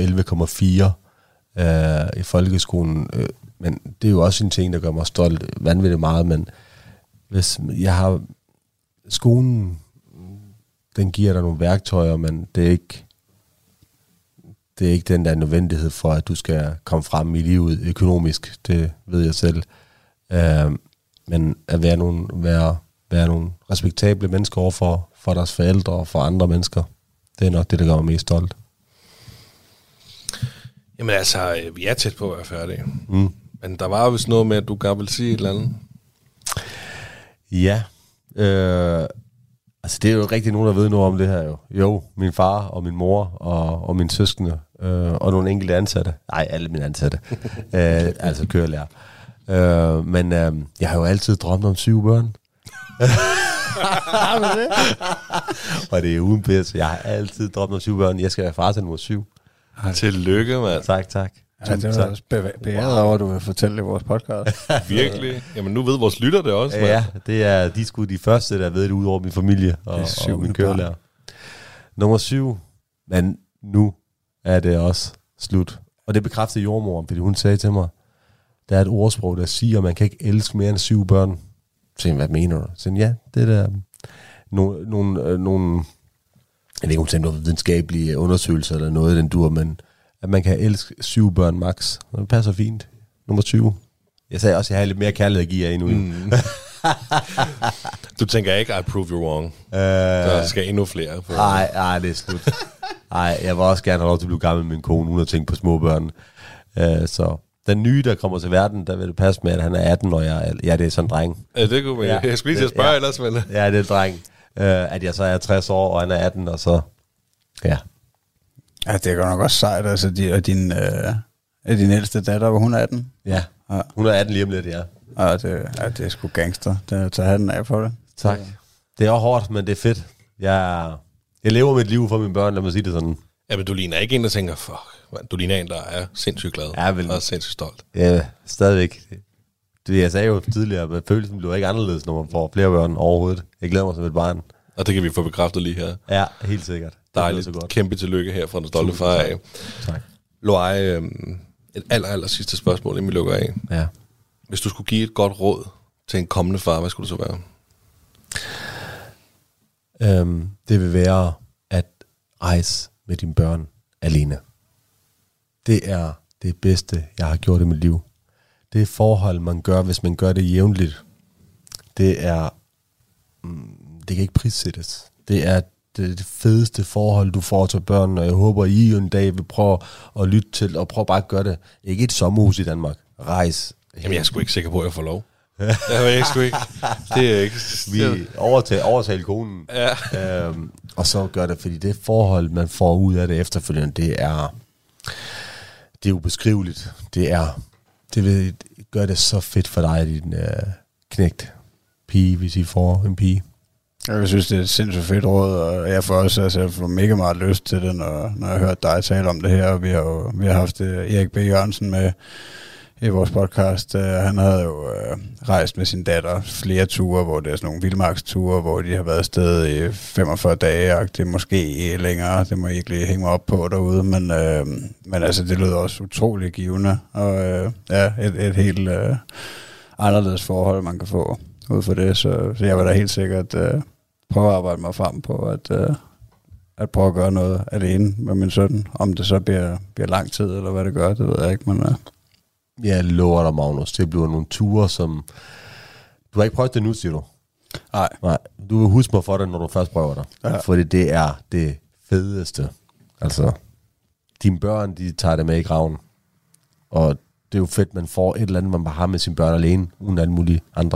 11,4 i folkeskolen. Men det er jo også en ting, der gør mig stolt vanvittigt meget. Men hvis jeg har... Skolen, den giver dig nogle værktøjer, men det er ikke den der nødvendighed for, at du skal komme frem i livet økonomisk. Det ved jeg selv. Men at være nogle respektable mennesker over for deres forældre og for andre mennesker, det er nok det, der gør mig mest stolt. Jamen altså, vi er tæt på at være færdige. Mm. Men der var vist noget med, at du gerne vil sige et eller andet. Ja. Altså, det er jo rigtig nogen, der ved noget om det her jo. Jo, min far og min mor og mine søskende og nogle enkelte ansatte. Nej, alle mine ansatte. Altså kørelærer. Men jeg har jo altid drømt om 7 børn. Og det er uden pisse. Jeg har altid drømt om 7 børn. Jeg skal være far til nummer 7. Tillykke, mand. Tak. Ja, det var også beæret over, at du vil fortælle det i vores podcast. Virkelig. Jamen, nu ved vores lytter det også. Ja, det er de sgu de første, der ved det ud over min familie og min kørelærer. Nummer 7. Men nu er det også slut. Og det bekræftede jordmoren, fordi hun sagde til mig, der er et ordsprog, der siger, at man kan ikke elske mere end 7 børn. Så hvad mener du? Så ja, det er der nogle jeg ved ikke, om det er noget videnskabelige undersøgelser eller noget, den dur, men at man kan elske 7 børn max. Og det passer fint. Nummer 20. Jeg sagde også, at jeg har lidt mere kærlighed at give jer endnu. Du tænker ikke, I prove you wrong. Der skal endnu flere. Nej, det er slut. Nej, jeg vil også gerne have lov til at blive gammel med min kone, uden at tænke på små børn. Så den nye, der kommer til verden, der vil det passe med, at han er 18, og det er sådan en dreng. Ja, det kunne være. Jeg skulle lige til at spørge ellers, men... Ja, det er en dreng. At jeg så er 60 år, og han er 18, og så... Ja. Ja, det er godt nok også sejt, altså. Din ældste datter, var hun 18? Ja, hun er 18 lige om lidt, ja. Ja, det er sgu gangster. Det tager hatten af for det. Tak. Det er også hårdt, men det er fedt. Jeg lever mit liv for mine børn, lad mig sige det sådan. Ja, men du ligner ikke en, der tænker, fuck, du ligner en, der er sindssygt glad. Ja, vel. Og sindssygt stolt. Ja, stadigvæk. Jeg sagde jo tidligere, at følelsen bliver ikke anderledes, når man får flere børn overhovedet. Jeg glæder mig som et barn. Og det kan vi få bekræftet lige her. Ja, helt sikkert. Dejligt. Kæmpe tillykke her fra den stolte far af. Tak. Loai, et aller sidste spørgsmål, inden vi lukker af. Ja. Hvis du skulle give et godt råd til en kommende far, hvad skulle det så være? Det vil være at rejse med dine børn alene. Det er det bedste, jeg har gjort i mit liv. Det forhold, man gør, hvis man gør det jævnligt, det kan ikke prissættes. Det er det fedeste forhold, du får til børn, og jeg håber, I en dag vil prøve at lytte til, og prøve bare at gøre det. Ikke et sommerhus i Danmark. Rejs. Jamen, jeg er sgu ikke sikker på, at jeg får lov. Det er jeg sgu ikke. Det er ikke. Vi overtaler konen. Ja. Og så gør det, fordi det forhold, man får ud af det efterfølgende, det er ubeskriveligt. Det vil gøre det så fedt for dig, din knægt pige, hvis I får en pige. Jeg synes, det er et sindssygt fedt råd, og jeg får også jeg får mega meget lyst til det, når jeg har hørt dig tale om det her. Og vi har haft Erik B. Jørgensen med i vores podcast. Han havde jo rejst med sin datter flere ture, hvor det er sådan nogle vildmarksture, hvor de har været afsted i 45 dage, og det er måske længere. Det må jeg ikke lige hænge mig op på derude, men altså, det lød også utroligt givende, og et helt anderledes forhold, man kan få ud for det. Så jeg vil da helt sikkert prøve at arbejde mig frem på at prøve at gøre noget alene med min søn. Om det så bliver lang tid, eller hvad det gør, det ved jeg ikke, men... Jeg lover dig, Magnus. Det bliver nogle ture, som... Du har ikke prøvet det nu, siger du? Nej. Du vil huske mig for det, når du først prøver det. Ja. Fordi det er det fedeste. Altså, dine børn, de tager det med i graven. Og det er jo fedt, man får et eller andet, man bare har med sine børn alene, uden alle mulige andre.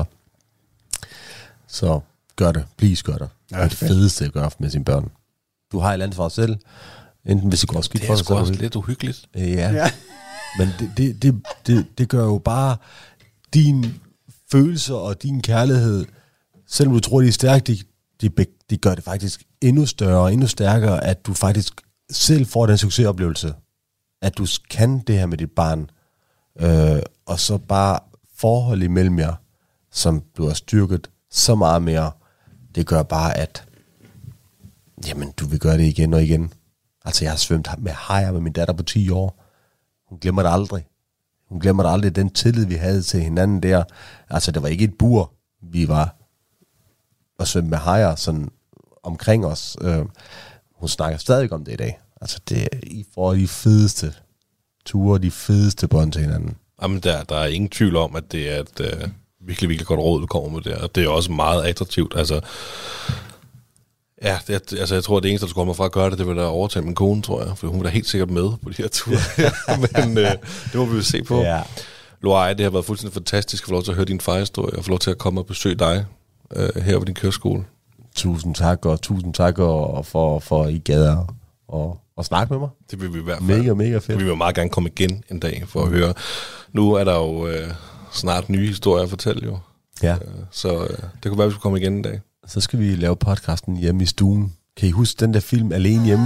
Så gør det. Please gør det. Ja, det er det fedeste at gøre med sine børn. Du har et eller andet for dig selv. Enten hvis det går skidt for dig. Det er sgu også lidt uhyggeligt. Ja. Men det gør jo bare din følelser og din kærlighed, selvom du tror, de er stærke, de gør det faktisk endnu større og endnu stærkere, at du faktisk selv får den succesoplevelse, at du kan det her med dit barn, og så bare forhold imellem jer, som bliver styrket så meget mere, det gør bare, at jamen, du vil gøre det igen og igen. Altså, jeg har svømt med hajer med min datter på 10 år. Hun glemmer det aldrig. Hun glemmer det aldrig, den tillid, vi havde til hinanden der. Altså, det var ikke et bur, vi var og svømme med hajer sådan omkring os. Hun snakker stadig om det i dag. Altså, I får de fedeste ture, de fedeste bånd til hinanden. Jamen, der er ingen tvivl om, at det er et virkelig, virkelig godt råd, du kommer med der. Og det er også meget attraktivt. Altså, ja, jeg tror, at det eneste, der skulle komme fra at gøre det vil da overtage min kone, tror jeg. For hun er da helt sikkert med på de her ture. Men det må vi jo se på. Ja. Loai, det har været fuldstændig fantastisk at få lov til at høre din farhistorie, og få lov til at komme og besøge dig her på din køreskole. Tusind tak for I gad og snakke med mig. Det vil vi i hvert fald. Mega fedt. Vi vil meget gerne komme igen en dag for at høre. Nu er der jo snart nye historier at fortælle jo. Ja. Så det kunne være, at vi skulle komme igen en dag. Så skal vi lave podcasten hjemme i stuen. Kan I huske den der film Alene Hjemme?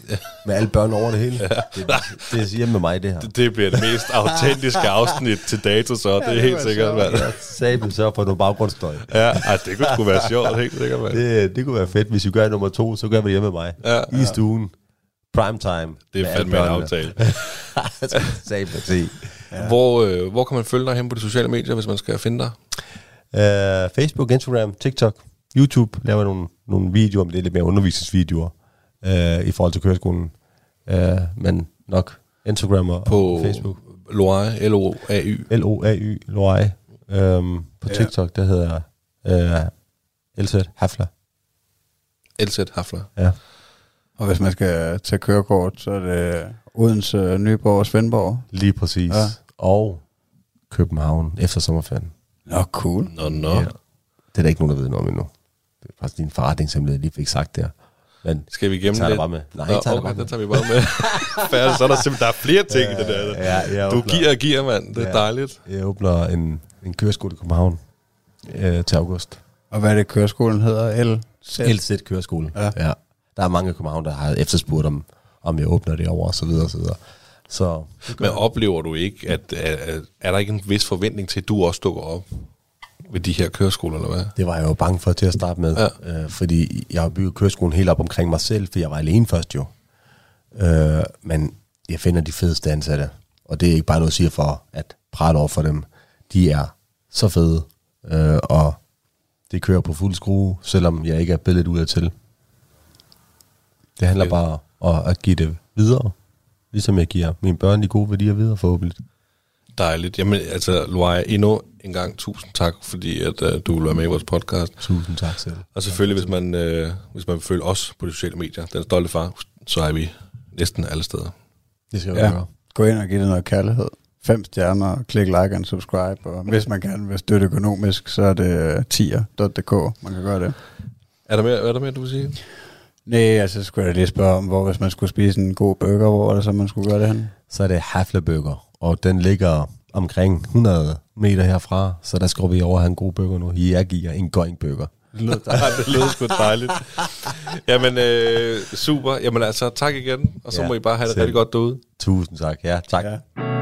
Med alle børn over det hele. Ja. Det er hjemme med mig, det her. Det bliver det mest autentiske afsnit til dato, så det er helt sikkert, mand. Ja, Sabel sørger for noget baggrundsstøj. Ja, det kunne sgu være sjovt, helt sikkert, mand. Det kunne være fedt. Hvis vi gør nummer 2, så gør vi det hjemme med mig. Ja. I stuen. Primetime. Det er fandme en aftale. Sabel at se. Ja. Hvor kan man følge dig hen på de sociale medier, hvis man skal finde dig? Facebook, Instagram, TikTok, YouTube. Laver nogle videoer, men det er lidt mere undervisningsvideoer i forhold til køreskolen. Men nok Instagram og på Facebook. Loai, L-O-A-Y. L-O-A-Y, Loai. På TikTok, der hedder LZ Hafler. LZ Hafler. Ja. Og hvis man skal tage kørekort, så er det Odense, Nyborg og Svendborg. Lige præcis. Ja. Og København efter sommerferien. Nå, cool. Nå. Ja. Det er der ikke nogen, der ved noget om endnu. Det er faktisk din forretningshemmelighed, lige fik sagt der. Men skal vi igennem det? Bare med. Nej, okay, det tager vi bare med. Færdig, så er der simpelthen der er flere ting i det der. Ja, du giver, mand. Det er dejligt. Jeg åbner en køreskole i København til august. Og hvad er det, køreskolen hedder? LZ Køreskole. Ja. Der er mange i København, der har efterspurgt om jeg åbner det over, og så videre, og så videre. Så, men oplever du ikke, at er der ikke en vis forventning til, at du også dukker op ved de her køreskoler, eller hvad? Det var jeg jo bange for til at starte med, fordi jeg har bygget køreskolen helt op omkring mig selv, for jeg var alene først jo. Men jeg finder de fedeste ansatte, og det er ikke bare noget, jeg siger for at prale over for dem. De er så fede, og det kører på fuld skrue, selvom jeg ikke er billedet ud af til. Det handler bare om at give det videre, ligesom jeg giver mine børn de gode værdier videre forhåbentlig. Dejligt. Jamen altså, Loai, endnu en gang tusind tak, fordi at du vil være med i vores podcast. Tusind tak selv. Og selvfølgelig, hvis man vil følge os på de sociale medier, Den Stolte Far, så er vi næsten alle steder. Det skal vi gøre. Gå ind og give det noget kærlighed. 5 stjerner, klik like og subscribe, og hvis man gerne vil støtte økonomisk, så er det tier.dk, man kan gøre det. Er der mere, du vil sige? Nej, altså skulle jeg lige spørge om, hvis man skulle spise en god burger, hvor er det så, man skulle gøre det hen? Så er det Hafler Burger, og den ligger omkring 100 meter herfra, så der skal vi over have en god burger nu. Jeg giver en going burger. Det lyder sgu dejligt. Jamen, super. Jamen altså, tak igen, og så må I bare have det rigtig godt derude. Tusind tak. Ja, tak. Ja.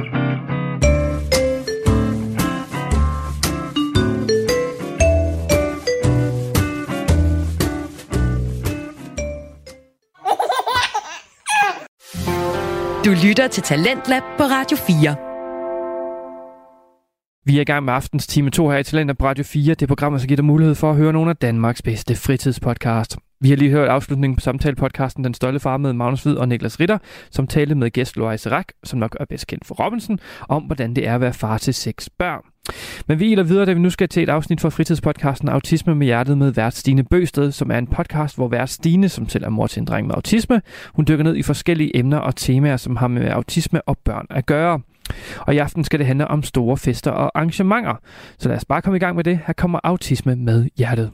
Du lytter til Talentlab på Radio 4. Vi er i gang med aftens time 2 her i Talentlab på Radio 4. Det er programmet, som giver dig mulighed for at høre nogle af Danmarks bedste fritidspodcast. Vi har lige hørt afslutningen på samtalepodcasten Den Stolte Far med Magnus Hvid og Niklas Ritter, som talte med gæst Loai Serak, som nok er bedst kendt for Robinson, om hvordan det er at være far til 6 børn. Men vi iler videre, da vi nu skal til et afsnit fra fritidspodcasten Autisme med Hjertet med vært Stine Bøgsted, som er en podcast, hvor vært Stine, som selv er mor til en dreng med autisme, hun dykker ned i forskellige emner og temaer, som har med autisme og børn at gøre. Og i aften skal det handle om store fester og arrangementer. Så lad os bare komme i gang med det. Her kommer Autisme med Hjertet.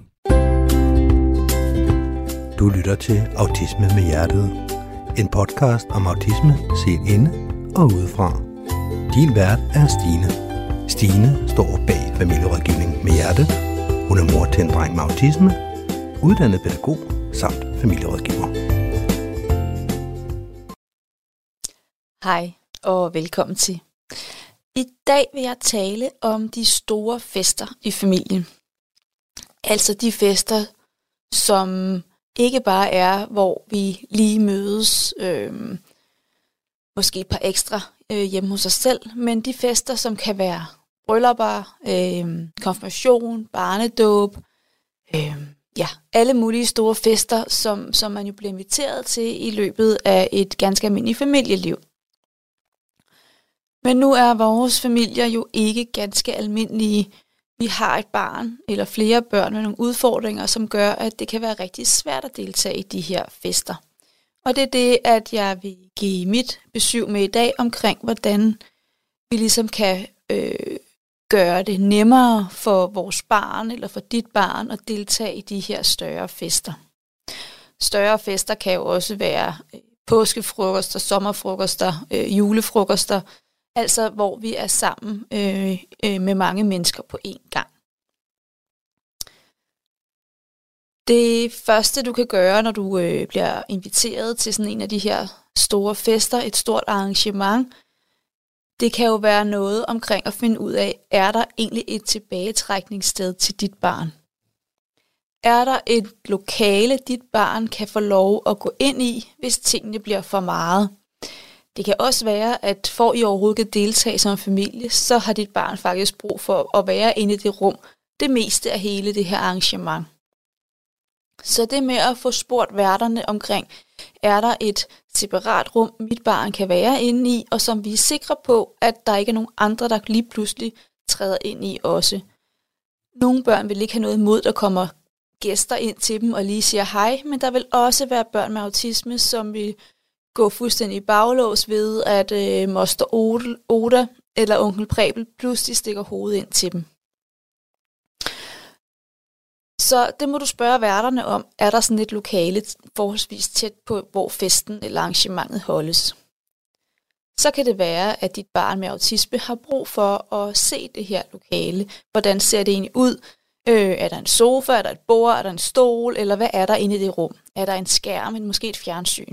Du lytter til Autisme med Hjertet. En podcast om autisme set inde og udefra. Din vært er Stine. Stine står bag familierådgivning med hjerte. Hun er mor til en dreng med autisme, uddannet pædagog samt familierådgiver. Hej og velkommen til. I dag vil jeg tale om de store fester i familien. Altså de fester, som ikke bare er, hvor vi lige mødes, måske et par ekstra hjemme hos os selv, men de fester, som kan være bryllupper, konfirmation, barnedåb, alle mulige store fester, som man jo bliver inviteret til i løbet af et ganske almindeligt familieliv. Men nu er vores familier jo ikke ganske almindelige. Vi har et barn eller flere børn med nogle udfordringer, som gør, at det kan være rigtig svært at deltage i de her fester. Og det er det, at jeg vil give mit besøg med i dag omkring, hvordan vi ligesom kan gøre det nemmere for vores barn eller for dit barn at deltage i de her større fester. Større fester kan jo også være påskefrokoster, sommerfrokoster, julefrokoster, altså hvor vi er sammen med mange mennesker på én gang. Det første, du kan gøre, når du bliver inviteret til sådan en af de her store fester, et stort arrangement, det kan jo være noget omkring at finde ud af, er der egentlig et tilbagetrækningssted til dit barn? Er der et lokale, dit barn kan få lov at gå ind i, hvis tingene bliver for meget? Det kan også være, at for I overhovedet kan deltage som familie, så har dit barn faktisk brug for at være inde i det rum, det meste af hele det her arrangement. Så det med at få spurgt værterne omkring, er der et separat rum, mit barn kan være inde i, og som vi er sikre på, at der ikke er nogen andre, der lige pludselig træder ind i også. Nogle børn vil ikke have noget imod, der kommer gæster ind til dem og lige siger hej, men der vil også være børn med autisme, som vil gå fuldstændig i baglås ved, at moster Oda eller onkel Prebel pludselig stikker hovedet ind til dem. Så det må du spørge værterne om, er der sådan et lokale forholdsvis tæt på, hvor festen eller arrangementet holdes. Så kan det være, at dit barn med autisme har brug for at se det her lokale. Hvordan ser det egentlig ud? Er der en sofa, er der et bord, er der en stol, eller hvad er der inde i det rum? Er der en skærm, eller måske et fjernsyn?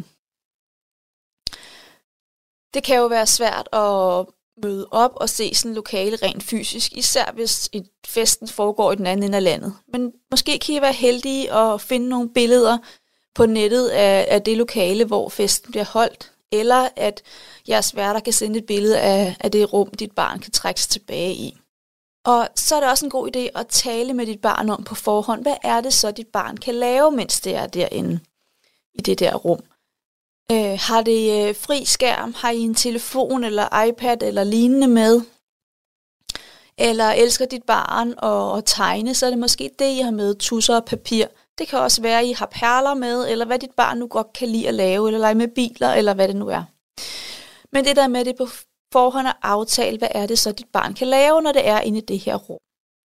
Det kan jo være svært at møde op og se sådan et lokale rent fysisk, især hvis festen foregår i den anden ende af landet. Men måske kan I være heldige at finde nogle billeder på nettet af det lokale, hvor festen bliver holdt, eller at jeres værter kan sende et billede af det rum, dit barn kan trækkes tilbage i. Og så er det også en god idé at tale med dit barn om på forhånd, hvad er det så, dit barn kan lave, mens det er derinde i det der rum. Har det fri skærm? Har I en telefon eller iPad eller lignende med? Eller elsker dit barn at tegne, så er det måske det, I har med, tusser og papir. Det kan også være, at I har perler med, eller hvad dit barn nu godt kan lide at lave, eller lege med biler, eller hvad det nu er. Men det der med det på forhånd at aftale, hvad er det så, dit barn kan lave, når det er inde i det her rum.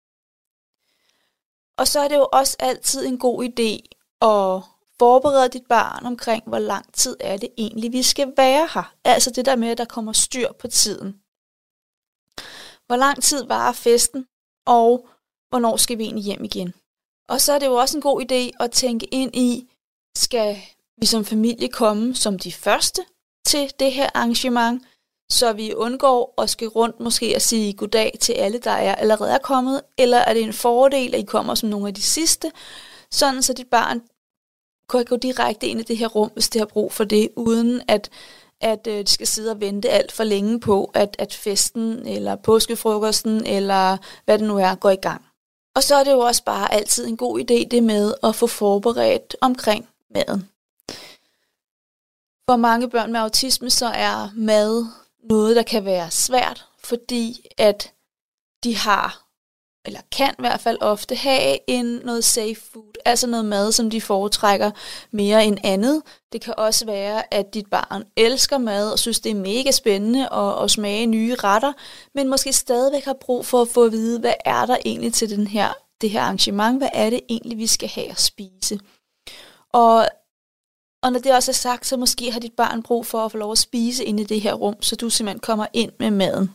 Og så er det jo også altid en god idé at forberede dit barn omkring, hvor lang tid er det egentlig, vi skal være her. Altså det der med, at der kommer styr på tiden. Hvor lang tid varer festen, og hvornår skal vi egentlig hjem igen? Og så er det jo også en god idé at tænke ind i, skal vi som familie komme som de første til det her arrangement, så vi undgår at skal rundt måske at sige goddag til alle, der allerede er kommet, eller er det en fordel, at I kommer som nogle af de sidste, sådan så dit barn kan gå direkte ind i det her rum, hvis det har brug for det, uden at de skal sidde og vente alt for længe på, at festen eller påskefrokosten eller hvad det nu er, går i gang. Og så er det jo også bare altid en god idé det med at få forberedt omkring maden. For mange børn med autisme, så er mad noget, der kan være svært, fordi at de har, eller kan i hvert fald ofte have noget safe food, altså noget mad, som de foretrækker mere end andet. Det kan også være, at dit barn elsker mad og synes, det er mega spændende at smage nye retter, men måske stadigvæk har brug for at få at vide, hvad er der egentlig til det her arrangement, hvad er det egentlig, vi skal have at spise. Og når det også er sagt, så måske har dit barn brug for at få lov at spise inde i det her rum, så du simpelthen kommer ind med maden.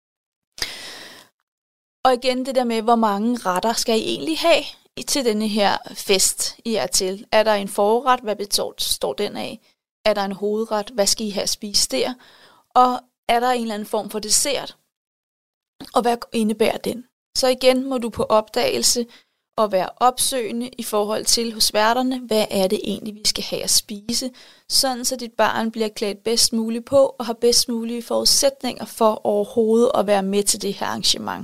Og igen det der med, hvor mange retter skal I egentlig have til denne her fest, I er til. Er der en forret, hvad består den af? Er der en hovedret, hvad skal I have at spise der? Og er der en eller anden form for dessert? Og hvad indebærer den? Så igen må du på opdagelse og være opsøgende i forhold til hos værterne, hvad er det egentlig, vi skal have at spise, sådan så dit barn bliver klædt bedst muligt på og har bedst mulige forudsætninger for overhovedet at være med til det her arrangement.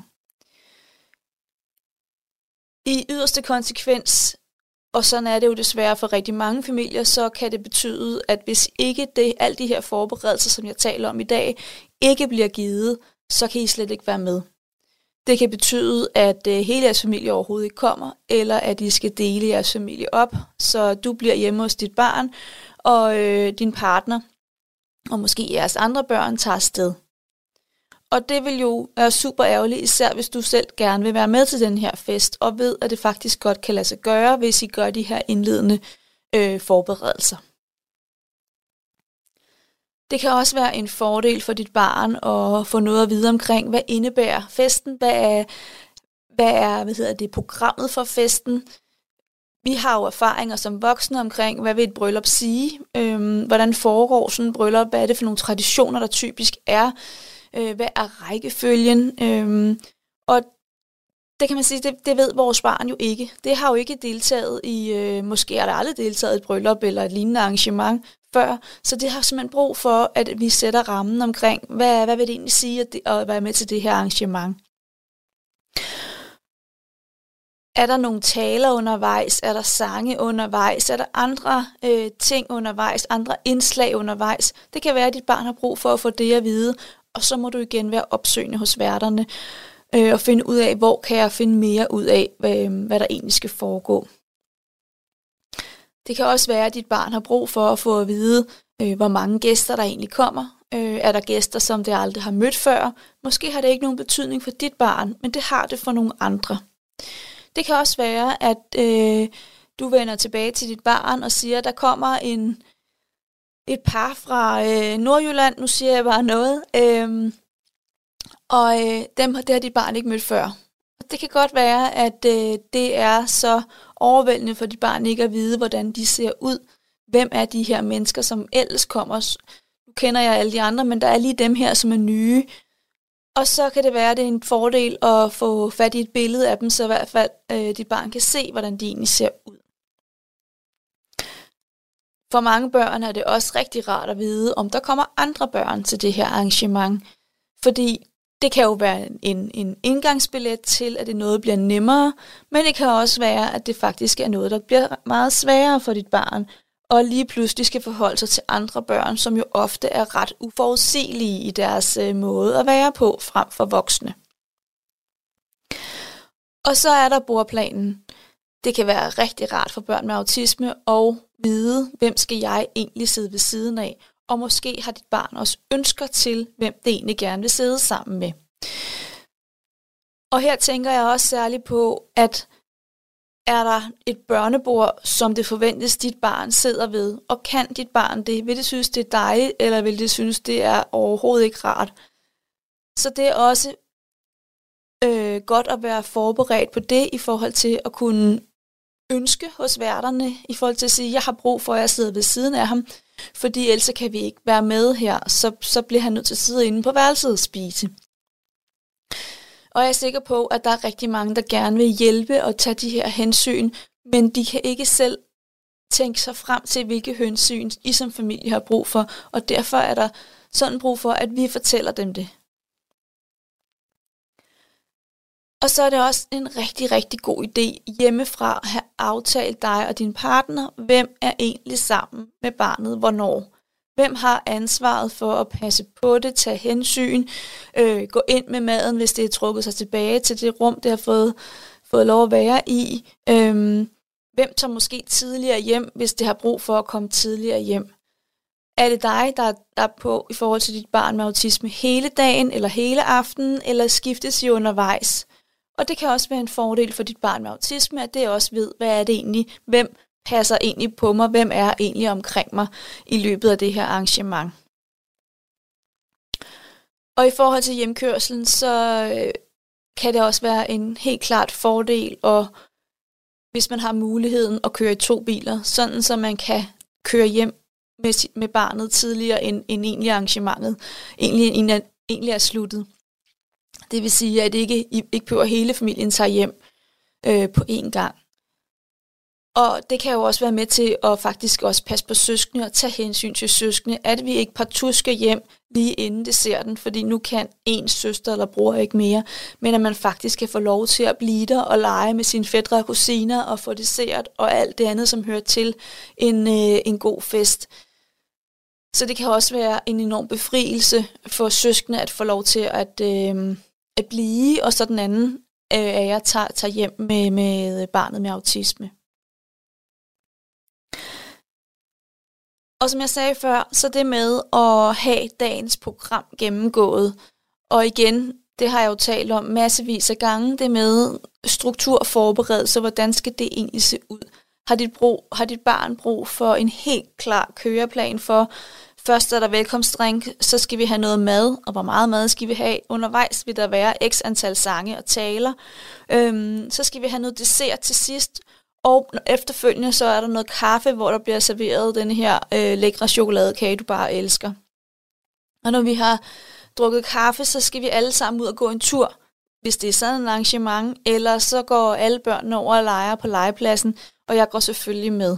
I yderste konsekvens, og sådan er det jo desværre for rigtig mange familier, så kan det betyde, at hvis ikke alle de her forberedelser, som jeg taler om i dag, ikke bliver givet, så kan I slet ikke være med. Det kan betyde, at hele jeres familie overhovedet ikke kommer, eller at I skal dele jeres familie op, så du bliver hjemme hos dit barn, og din partner, og måske jeres andre børn, tager afsted. Og det vil jo være super ærgerligt, især hvis du selv gerne vil være med til den her fest, og ved, at det faktisk godt kan lade sig gøre, hvis I gør de her indledende forberedelser. Det kan også være en fordel for dit barn at få noget at vide omkring, hvad indebærer festen, hvad er programmet for festen, vi har jo erfaringer som voksne omkring, hvad vil et bryllup sige? Hvordan foregår sådan et bryllup? Hvad er det for nogle traditioner, der typisk er? Hvad er rækkefølgen? Og det kan man sige, det ved vores barn jo ikke. Det har jo ikke deltaget i, måske har der aldrig deltaget i et bryllup eller et lignende arrangement før. Så det har simpelthen brug for, at vi sætter rammen omkring, hvad vil det egentlig sige at være med til det her arrangement? Er der nogle taler undervejs? Er der sange undervejs? Er der andre ting undervejs? Andre indslag undervejs? Det kan være, at dit barn har brug for at få det at vide, og så må du igen være opsøgende hos værterne og finde ud af, hvor kan jeg finde mere ud af, hvad der egentlig skal foregå. Det kan også være, at dit barn har brug for at få at vide, hvor mange gæster der egentlig kommer. Er der gæster, som det aldrig har mødt før? Måske har det ikke nogen betydning for dit barn, men det har det for nogle andre. Det kan også være, at du vender tilbage til dit barn og siger, at der kommer et par fra Nordjylland, nu siger jeg bare noget, og det har dit barn ikke mødt før. Og det kan godt være, at det er så overvældende for dit barn ikke at vide, hvordan de ser ud. Hvem er de her mennesker, som ellers kommer? Nu kender jeg alle de andre, men der er lige dem her, som er nye. Og så kan det være, at det er en fordel at få fat i et billede af dem, så i hvert fald dit barn kan se, hvordan de egentlig ser ud. For mange børn er det også rigtig rart at vide, om der kommer andre børn til det her arrangement. Fordi det kan jo være en indgangsbillet til, at det noget bliver nemmere, men det kan også være, at det faktisk er noget, der bliver meget sværere for dit barn, og lige pludselig skal forholde sig til andre børn, som jo ofte er ret uforudsigelige i deres måde at være på, frem for voksne. Og så er der bordplanen. Det kan være rigtig rart for børn med autisme at vide, hvem skal jeg egentlig sidde ved siden af, og måske har dit barn også ønsker til, hvem det egentlig gerne vil sidde sammen med. Og her tænker jeg også særligt på, at er der et børnebord, som det forventes, dit barn sidder ved, og kan dit barn det? Vil det synes, det er dejligt, eller vil det synes, det er overhovedet ikke rart? Så det er også godt at være forberedt på det, i forhold til at kunne ønske hos værterne, i forhold til at sige, jeg har brug for, at jeg sidder ved siden af ham, fordi ellers kan vi ikke være med her, så bliver han nødt til at sidde inde på værelset og spise. Og jeg er sikker på, at der er rigtig mange, der gerne vil hjælpe og tage de her hensyn, men de kan ikke selv tænke sig frem til, hvilke hensyn I som familie har brug for, og derfor er der sådan brug for, at vi fortæller dem det. Og så er det også en rigtig, rigtig god idé hjemmefra at have aftalt dig og din partner, hvem er egentlig sammen med barnet, hvornår. Hvem har ansvaret for at passe på det, tage hensyn, gå ind med maden, hvis det er trukket sig tilbage til det rum, det har fået lov at være i. Hvem tager måske tidligere hjem, hvis det har brug for at komme tidligere hjem. Er det dig, der er på i forhold til dit barn med autisme hele dagen eller hele aftenen, eller skiftes I undervejs? Og det kan også være en fordel for dit barn med autisme, at det også ved, hvad er det egentlig, hvem passer egentlig på mig, hvem er egentlig omkring mig i løbet af det her arrangement. Og i forhold til hjemkørslen, så kan det også være en helt klart fordel, og hvis man har muligheden at køre i 2 biler, sådan så man kan køre hjem med barnet tidligere end egentlig arrangementet egentlig er sluttet. Det vil sige, at I ikke behøver hele familien tager hjem på én gang. Og det kan jo også være med til at faktisk også passe på søskende og tage hensyn til søskende, at vi ikke partout skal hjem lige inden desserten, fordi nu kan ens søster eller bror ikke mere, men at man faktisk kan få lov til at blive der og lege med sine fætre og kusiner og få dessert og alt det andet, som hører til en god fest. Så det kan også være en enorm befrielse for søskende at få lov til at blive, og så den anden af jer tager hjem med barnet med autisme. Og som jeg sagde før, så det med at have dagens program gennemgået, og igen, det har jeg jo talt om massevis af gange, det med struktur og forberedelse, hvordan skal det egentlig se ud? Har dit barn brug for en helt klar køreplan for, først er der velkomstdrink, så skal vi have noget mad, og hvor meget mad skal vi have? Undervejs vil der være x antal sange og taler. Så skal vi have noget dessert til sidst, Og efterfølgende så er der noget kaffe, hvor der bliver serveret den her lækre chokoladekage, du bare elsker. Og når vi har drukket kaffe, så skal vi alle sammen ud og gå en tur, hvis det er sådan et arrangement, eller så går alle børnene over og leger på legepladsen, og jeg går selvfølgelig med.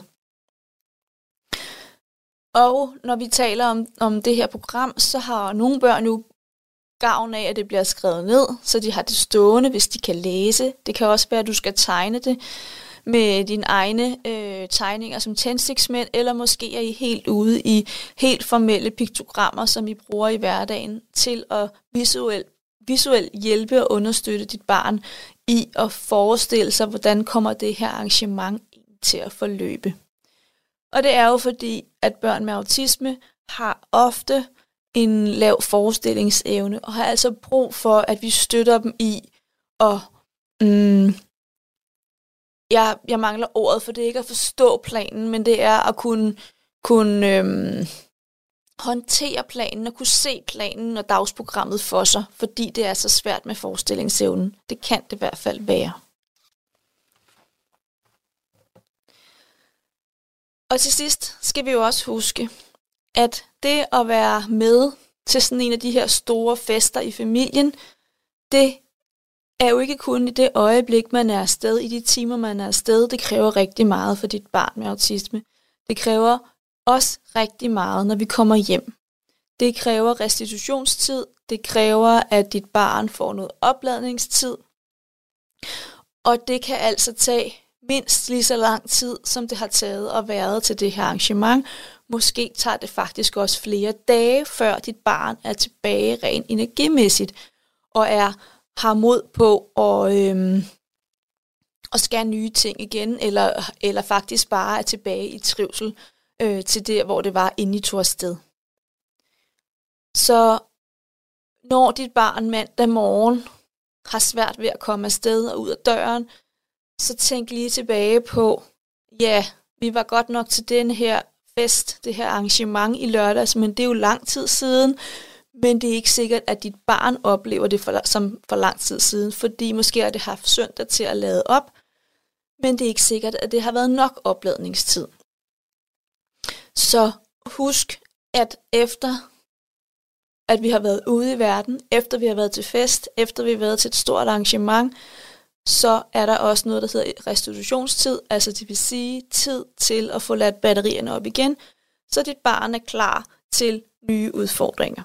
Og når vi taler om det her program, så har nogle børn nu gavn af, at det bliver skrevet ned, så de har det stående, hvis de kan læse. Det kan også være, at du skal tegne det med dine egne tegninger som tændstiksmænd, eller måske er I helt ude i helt formelle piktogrammer, som I bruger i hverdagen, til at visuelt hjælpe og understøtte dit barn i at forestille sig, hvordan kommer det her arrangement til at forløbe. Og det er jo fordi, at børn med autisme har ofte en lav forestillingsevne, og har altså brug for, at vi støtter dem i at... Jeg mangler ordet, for det er ikke at forstå planen, men det er at kunne håndtere planen og kunne se planen og dagsprogrammet for sig, fordi det er så svært med forestillingsevnen. Det kan det i hvert fald være. Og til sidst skal vi jo også huske, at det at være med til sådan en af de her store fester i familien, det er jo ikke kun i det øjeblik, man er afsted, i de timer, man er afsted. Det kræver rigtig meget for dit barn med autisme. Det kræver også rigtig meget, når vi kommer hjem. Det kræver restitutionstid. Det kræver, at dit barn får noget opladningstid. Og det kan altså tage mindst lige så lang tid, som det har taget at være til det her arrangement. Måske tager det faktisk også flere dage, før dit barn er tilbage rent energimæssigt, og har mod på at skære nye ting igen, eller faktisk bare er tilbage i trivsel til der, hvor det var, inden I tog afsted. Så når dit barn mandag morgen har svært ved at komme afsted og ud af døren, så tænk lige tilbage på, ja, vi var godt nok til den her fest, det her arrangement i lørdags, men det er jo lang tid siden, men det er ikke sikkert, at dit barn oplever det som for lang tid siden, fordi måske har det haft søndag til at lade op, men det er ikke sikkert, at det har været nok opladningstid. Så husk, at efter at vi har været ude i verden, efter vi har været til fest, efter vi har været til et stort arrangement, så er der også noget, der hedder restitutionstid, altså det vil sige tid til at få ladt batterierne op igen, så dit barn er klar til nye udfordringer.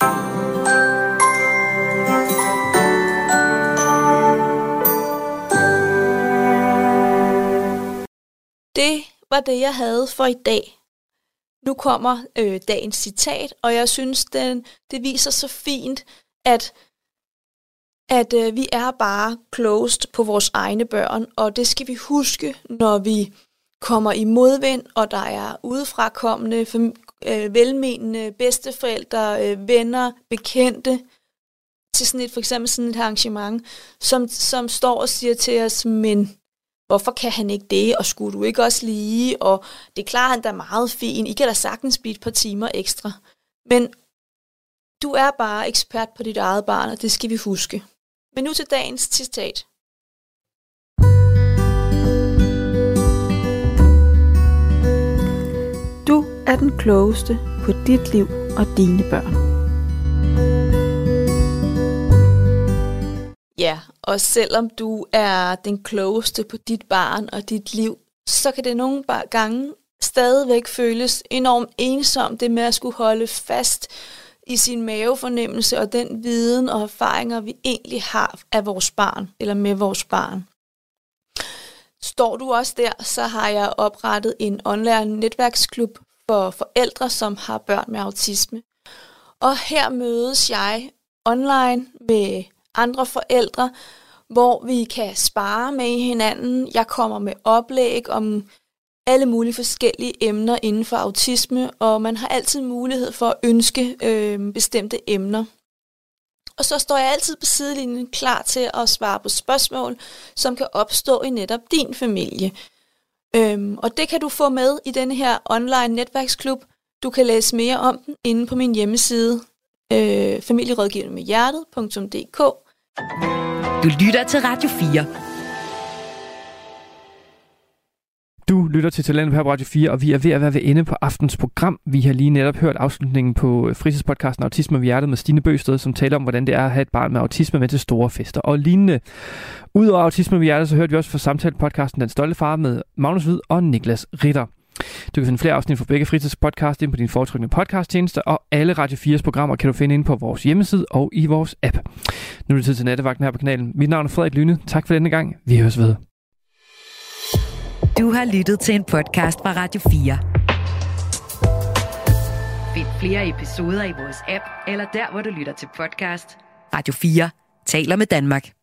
Det var det, jeg havde for i dag. Nu kommer dagens citat, og jeg synes, det viser så fint, at vi er bare closed på vores egne børn, og det skal vi huske, når vi kommer i modvind, og der er udefrakommende, velmenende bedsteforældre, venner, bekendte, til sådan et, for eksempel sådan et arrangement, som står og siger til os, men hvorfor kan han ikke det, og skulle du ikke også lige, og det klarer han da meget fint, I kan da sagtens blive et par timer ekstra. Men du er bare ekspert på dit eget barn, og det skal vi huske. Men nu til dagens citat. Du er den klogeste på dit liv og dine børn. Ja, og selvom du er den klogeste på dit barn og dit liv, så kan det nogle gange stadigvæk føles enormt ensomt, det med at skulle holde fast i sin mavefornemmelse og den viden og erfaringer, vi egentlig har af vores barn, eller med vores barn. Står du også der, så har jeg oprettet en online netværksklub for forældre, som har børn med autisme. Og her mødes jeg online med andre forældre, hvor vi kan spare med hinanden. Jeg kommer med oplæg om alle mulige forskellige emner inden for autisme, og man har altid mulighed for at ønske bestemte emner. Og så står jeg altid på sidelinjen klar til at svare på spørgsmål, som kan opstå i netop din familie. Og det kan du få med i denne her online netværksklub. Du kan læse mere om den inde på min hjemmeside, familierådgivningmedhjertet.dk. Du lytter til Radio 4. lytter til Talentlab her på Radio 4, og vi er ved at være ved ende på aftens program. Vi har lige netop hørt afslutningen på fritidspodcasten Autisme ved hjertet med Stine Bøgsted, som taler om, hvordan det er at have et barn med autisme med til store fester og lignende. Udover Autisme ved hjertet, så hørte vi også fra samtalepodcasten Den Stolte Far med Magnus Hvid og Niklas Ritter. Du kan finde flere afsnit fra begge fritidspodcast ind på din foretrukne podcasttjeneste, og alle Radio 4's programmer kan du finde inde på vores hjemmeside og i vores app. Nu er det tid til nattevagten her på kanalen. Mit navn er Frederik Lyne. Tak for denne gang. Vi høres ved. Du har lyttet til en podcast fra Radio 4. Find flere episoder i vores app, eller der, hvor du lytter til podcast. Radio 4 taler med Danmark.